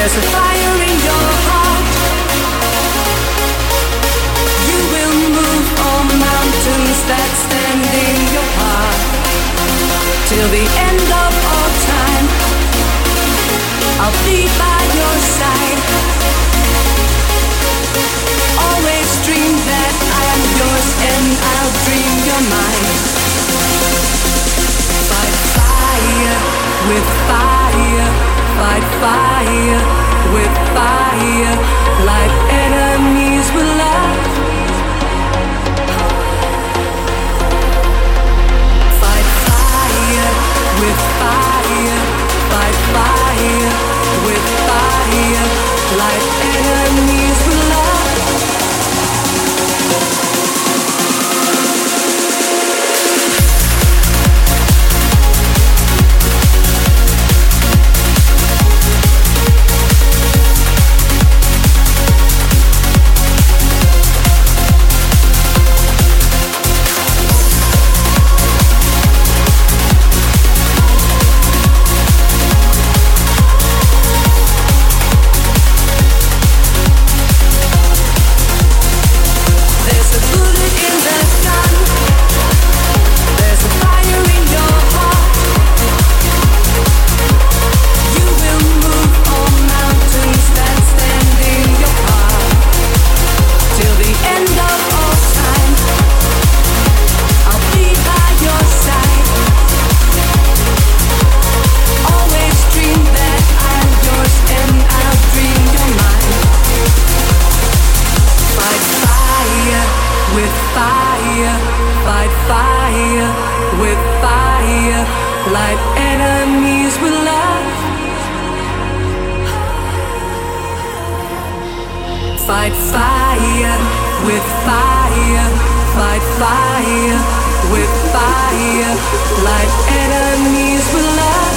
There's a fire in your heart. You will move all mountains that stand in your path. Till the end of all time, I'll be by your side. Always dream that I am yours and I'll dream your mind. Fight fire with fire, fight fire with fire, like enemies with love. Fight fire with fire, fight fire with fire, like enemies with love. Fight fire with fire, fight fire with fire, like enemies with love.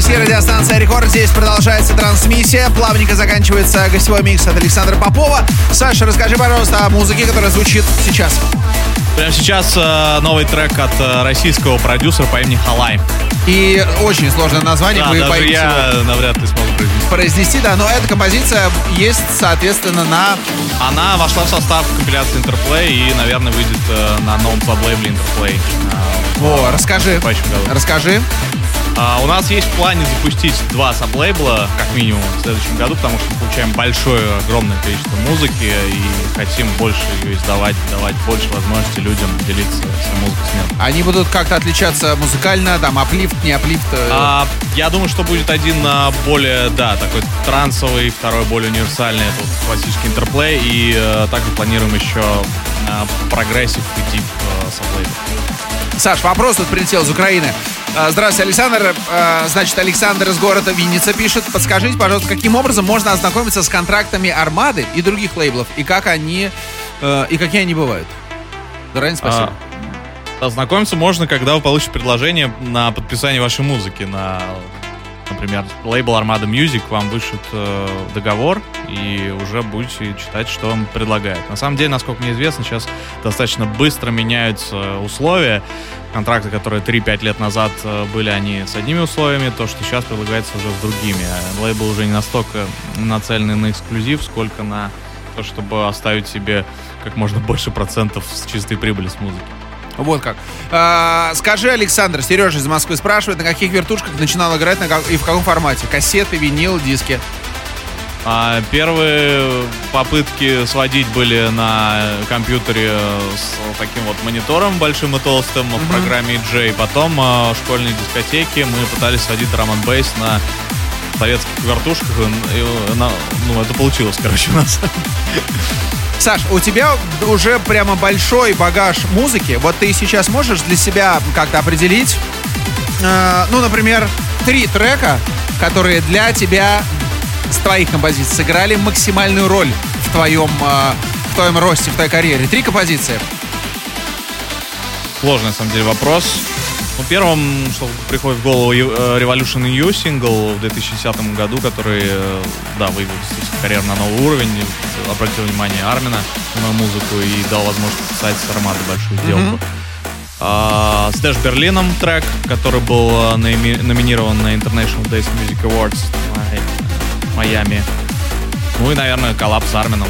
России, радиостанция Рекорд. Здесь продолжается трансмиссия. Плавненько заканчивается гостевой микс от Александра Попова. Саша, расскажи, пожалуйста, о музыке, которая звучит сейчас. Прямо сейчас новый трек от российского продюсера по имени Халай. И очень сложное название. Да, даже я навряд ли смогу произнести, да, но эта композиция есть, соответственно, Она вошла в состав компиляции Interplay и, наверное, выйдет на новом саблейбле Interplay. Расскажи. У нас есть в плане запустить 2 саблейбла, как минимум, в следующем году, потому что мы получаем огромное количество музыки и хотим больше ее издавать, давать больше возможностей людям делиться своей музыкой с миром. Они будут как-то отличаться музыкально, там, аплифт, не аплифт? Я думаю, что будет один более, такой трансовый, второй более универсальный, это вот классический Interplay, и также планируем еще прогрессив и дип саблейбл. Саш, вопрос тут прилетел из Украины. Здравствуйте, Александр. Значит, Александр из города Винница пишет. Подскажите, пожалуйста, каким образом можно ознакомиться с контрактами Армады и других лейблов? И какие они бывают? Заранее спасибо. Ознакомиться можно, когда вы получите предложение на подписание вашей музыки. Например, лейбл Armada Music вам вышлет договор, и уже будете читать, что он предлагает. На самом деле, насколько мне известно, сейчас достаточно быстро меняются условия. Контракты, которые 3-5 лет назад были они с одними условиями, то, что сейчас предлагается уже с другими. Лейбл уже не настолько нацелены на эксклюзив, сколько на то, чтобы оставить себе как можно больше процентов с чистой прибыли с музыки. Вот как. Скажи, Александр, Сережа из Москвы спрашивает, на каких вертушках начинал играть и в каком формате? Кассеты, винил, диски? Первые попытки сводить были на компьютере с таким вот монитором большим и толстым в программе EJ. Потом школьные дискотеки мы пытались сводить драм-н-бейс на советских вертушках. Это получилось, у нас. Саш, у тебя уже прямо большой багаж музыки. Вот ты сейчас можешь для себя как-то определить, например, 3 трека, которые для тебя с твоих композиций сыграли максимальную роль в твоем росте, в твоей карьере. 3 композиции. Сложный, на самом деле, вопрос. Первым, что приходит в голову, Revolution in You сингл в 2010 году, который, вывел карьеру на новый уровень, обратил внимание Армина на мою музыку и дал возможность писать с Армадой большую сделку. С Дэш Берлином трек, который был номинирован на International Days Music Awards в Майами. И, наверное, коллаб с Армином.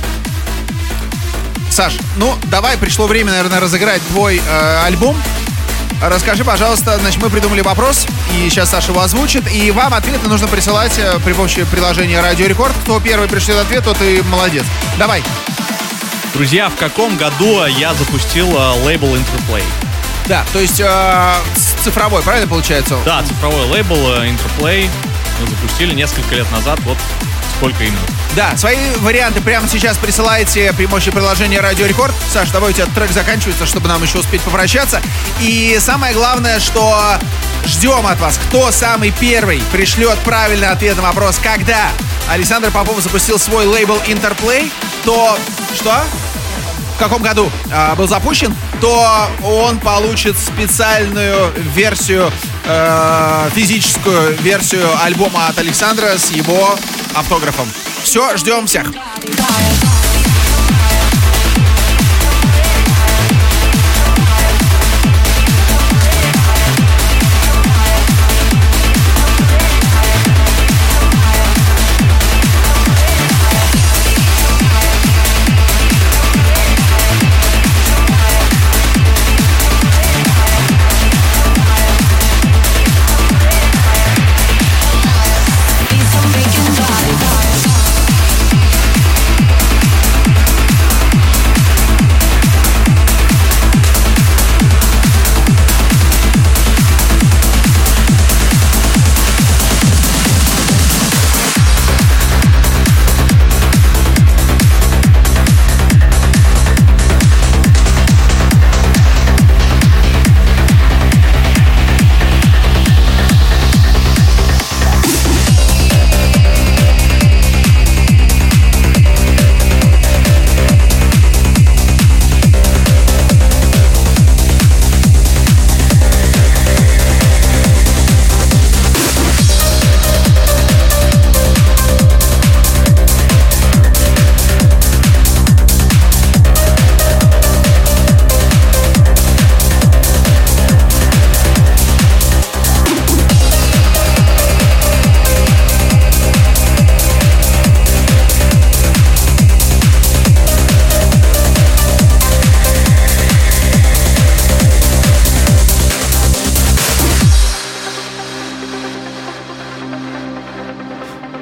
Саш, давай, пришло время, наверное, разыграть твой альбом. Расскажи, пожалуйста, значит, мы придумали вопрос, и сейчас Саша его озвучит, и вам ответы нужно присылать при помощи приложения Радио Рекорд. Кто первый пришлет ответ, тот и молодец. Давай. Друзья, в каком году я запустил лейбл Interplay? Да, то есть цифровой, правильно получается? Да, цифровой лейбл Interplay мы запустили несколько лет назад, вот сколько именно. Да, свои варианты прямо сейчас присылайте при помощи приложения Радио Рекорд. Саш, давай, у тебя трек заканчивается, чтобы нам еще успеть попрощаться. И самое главное, что ждем от вас, кто самый первый пришлет правильный ответ на вопрос, когда Александр Попов запустил свой лейбл Interplay, то что? В каком году был запущен, то он получит специальную версию, физическую версию альбома от Александра с его автографом. Все, ждем всех.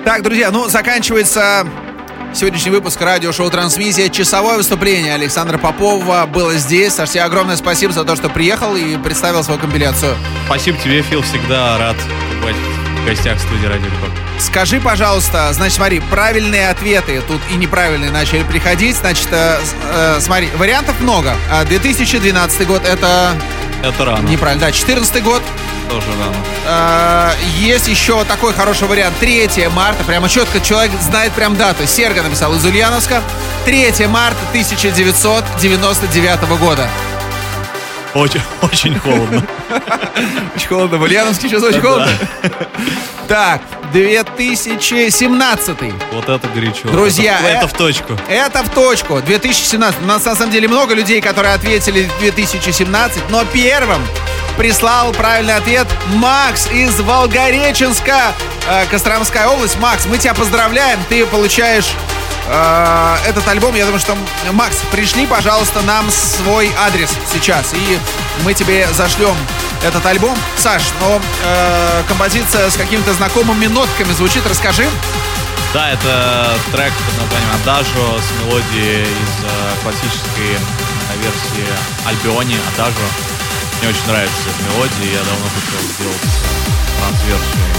Так, друзья, заканчивается сегодняшний выпуск радиошоу «Трансмиссия». Часовое выступление Александра Попова было здесь. Саш, тебе огромное спасибо за то, что приехал и представил свою компиляцию. Спасибо тебе, Фил, всегда рад быть в гостях в студии Радио Рекорд. Скажи, пожалуйста, значит, смотри, правильные ответы тут и неправильные начали приходить. Значит, смотри, вариантов много. 2012 год — это рано. Неправильно, да. 2014 год. Тоже рано. Есть еще такой хороший вариант. 3 марта, прямо четко человек знает прям дату. Серга написал из Ульяновска. 3 марта 1999 года. Очень холодно. Очень холодно. В Ульяновске сейчас очень холодно. Так, 2017. Вот это горячо. Друзья, это в точку. Это в точку. 2017. У нас на самом деле много людей, которые ответили 2017, но первым прислал правильный ответ Макс из Волгореченска, Костромская область. Макс, мы тебя поздравляем. Ты получаешь этот альбом. Я думаю, что, Макс, пришли, пожалуйста, нам свой адрес сейчас, и мы тебе зашлем этот альбом. Саш, но композиция с какими-то знакомыми нотками звучит. Расскажи. Да, это трек под названием «Адажо» с мелодией из классической версии Альбиони «Адажо». Мне очень нравится эта мелодия, я давно хотел сделать транс-версию.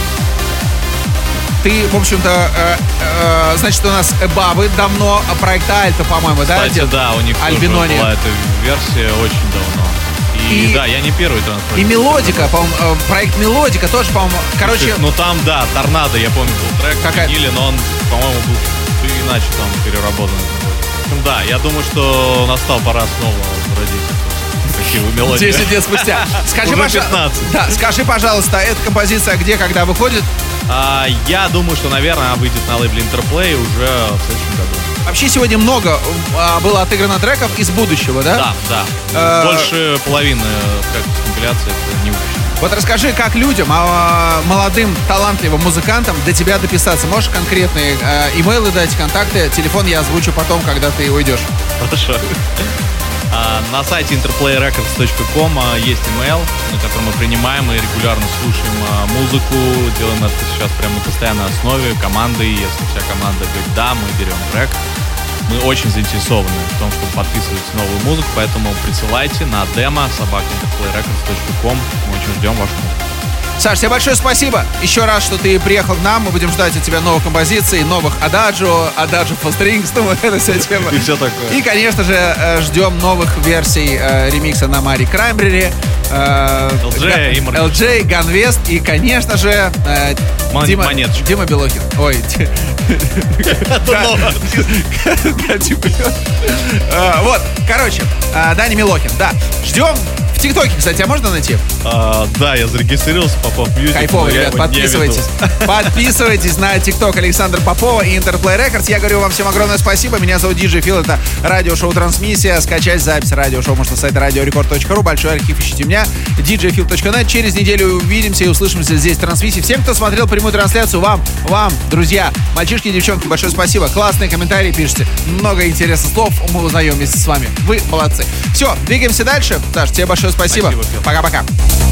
Ты, в общем-то, значит, у нас Бабы давно, проекта Альто, по-моему, да? Кстати, да, у них Альбинони. тоже была эта версия очень давно. И да, я не первый транспорт. И Мелодика, по-моему, проект Мелодика тоже, по-моему, короче... Ну там, да, Торнадо, я помню, был трек в виниле, но он, по-моему, был иначе там переработан. В общем, да, я думаю, что настал пора снова возродить красивую мелодию. 10 лет спустя. Скажи, уже 15. Да, скажи, пожалуйста, эта композиция где, когда выходит? Я думаю, что, наверное, она выйдет на лейбле Интерплей уже в следующем году. Вообще сегодня много было отыграно треков из будущего, да? Да. Больше половины треков с компиляции это не выпущено. Вот расскажи, как людям, молодым, талантливым музыкантам до тебя дописаться. Можешь конкретные имейлы дать, контакты? Телефон я озвучу потом, когда ты уйдешь. Хорошо. На сайте interplayrecords.com есть имейл, на котором мы принимаем и регулярно слушаем музыку. Делаем это сейчас прямо на постоянной основе командой. Если вся команда говорит «да», мы берем трек. Мы очень заинтересованы в том, чтобы подписывать новую музыку, поэтому присылайте на демо @interplayrecords.com. Мы очень ждем вашу музыку. Саш, тебе большое спасибо. Еще раз, что ты приехал к нам. Мы будем ждать от тебя новых композиций, новых Adagio for Strings, это вся тема. И все такое. И, конечно же, ждем новых версий ремикса на Мари Краймбрери, LJ, Ганвест и, конечно же, Дима Белохин. Ой, вот, короче, Даня Милохин. Да, ждем. В ТикТоке, кстати, а можно найти? Да, я зарегистрировался, Попов Мьюзик. Кайфово, ребят, подписывайтесь. Подписывайтесь на ТикТок Александра Попова и Interplay Records. Я говорю вам всем огромное спасибо. Меня зовут DJ Phil, это радиошоу «Трансмиссия». Скачать запись радиошоу можно на сайте radiorecord.ru. Большой архив ищите меня, djphil.net. Через неделю увидимся и услышимся здесь в трансмиссии. Всем, кто смотрел прямую трансляцию, вам, друзья, мальчишки и девчонки, большое спасибо. Классные комментарии пишите. Много интересных слов мы узнаем вместе с вами. Вы молодцы. Все, двигаемся дальше. Саш, тебе большое спасибо. Пока-пока.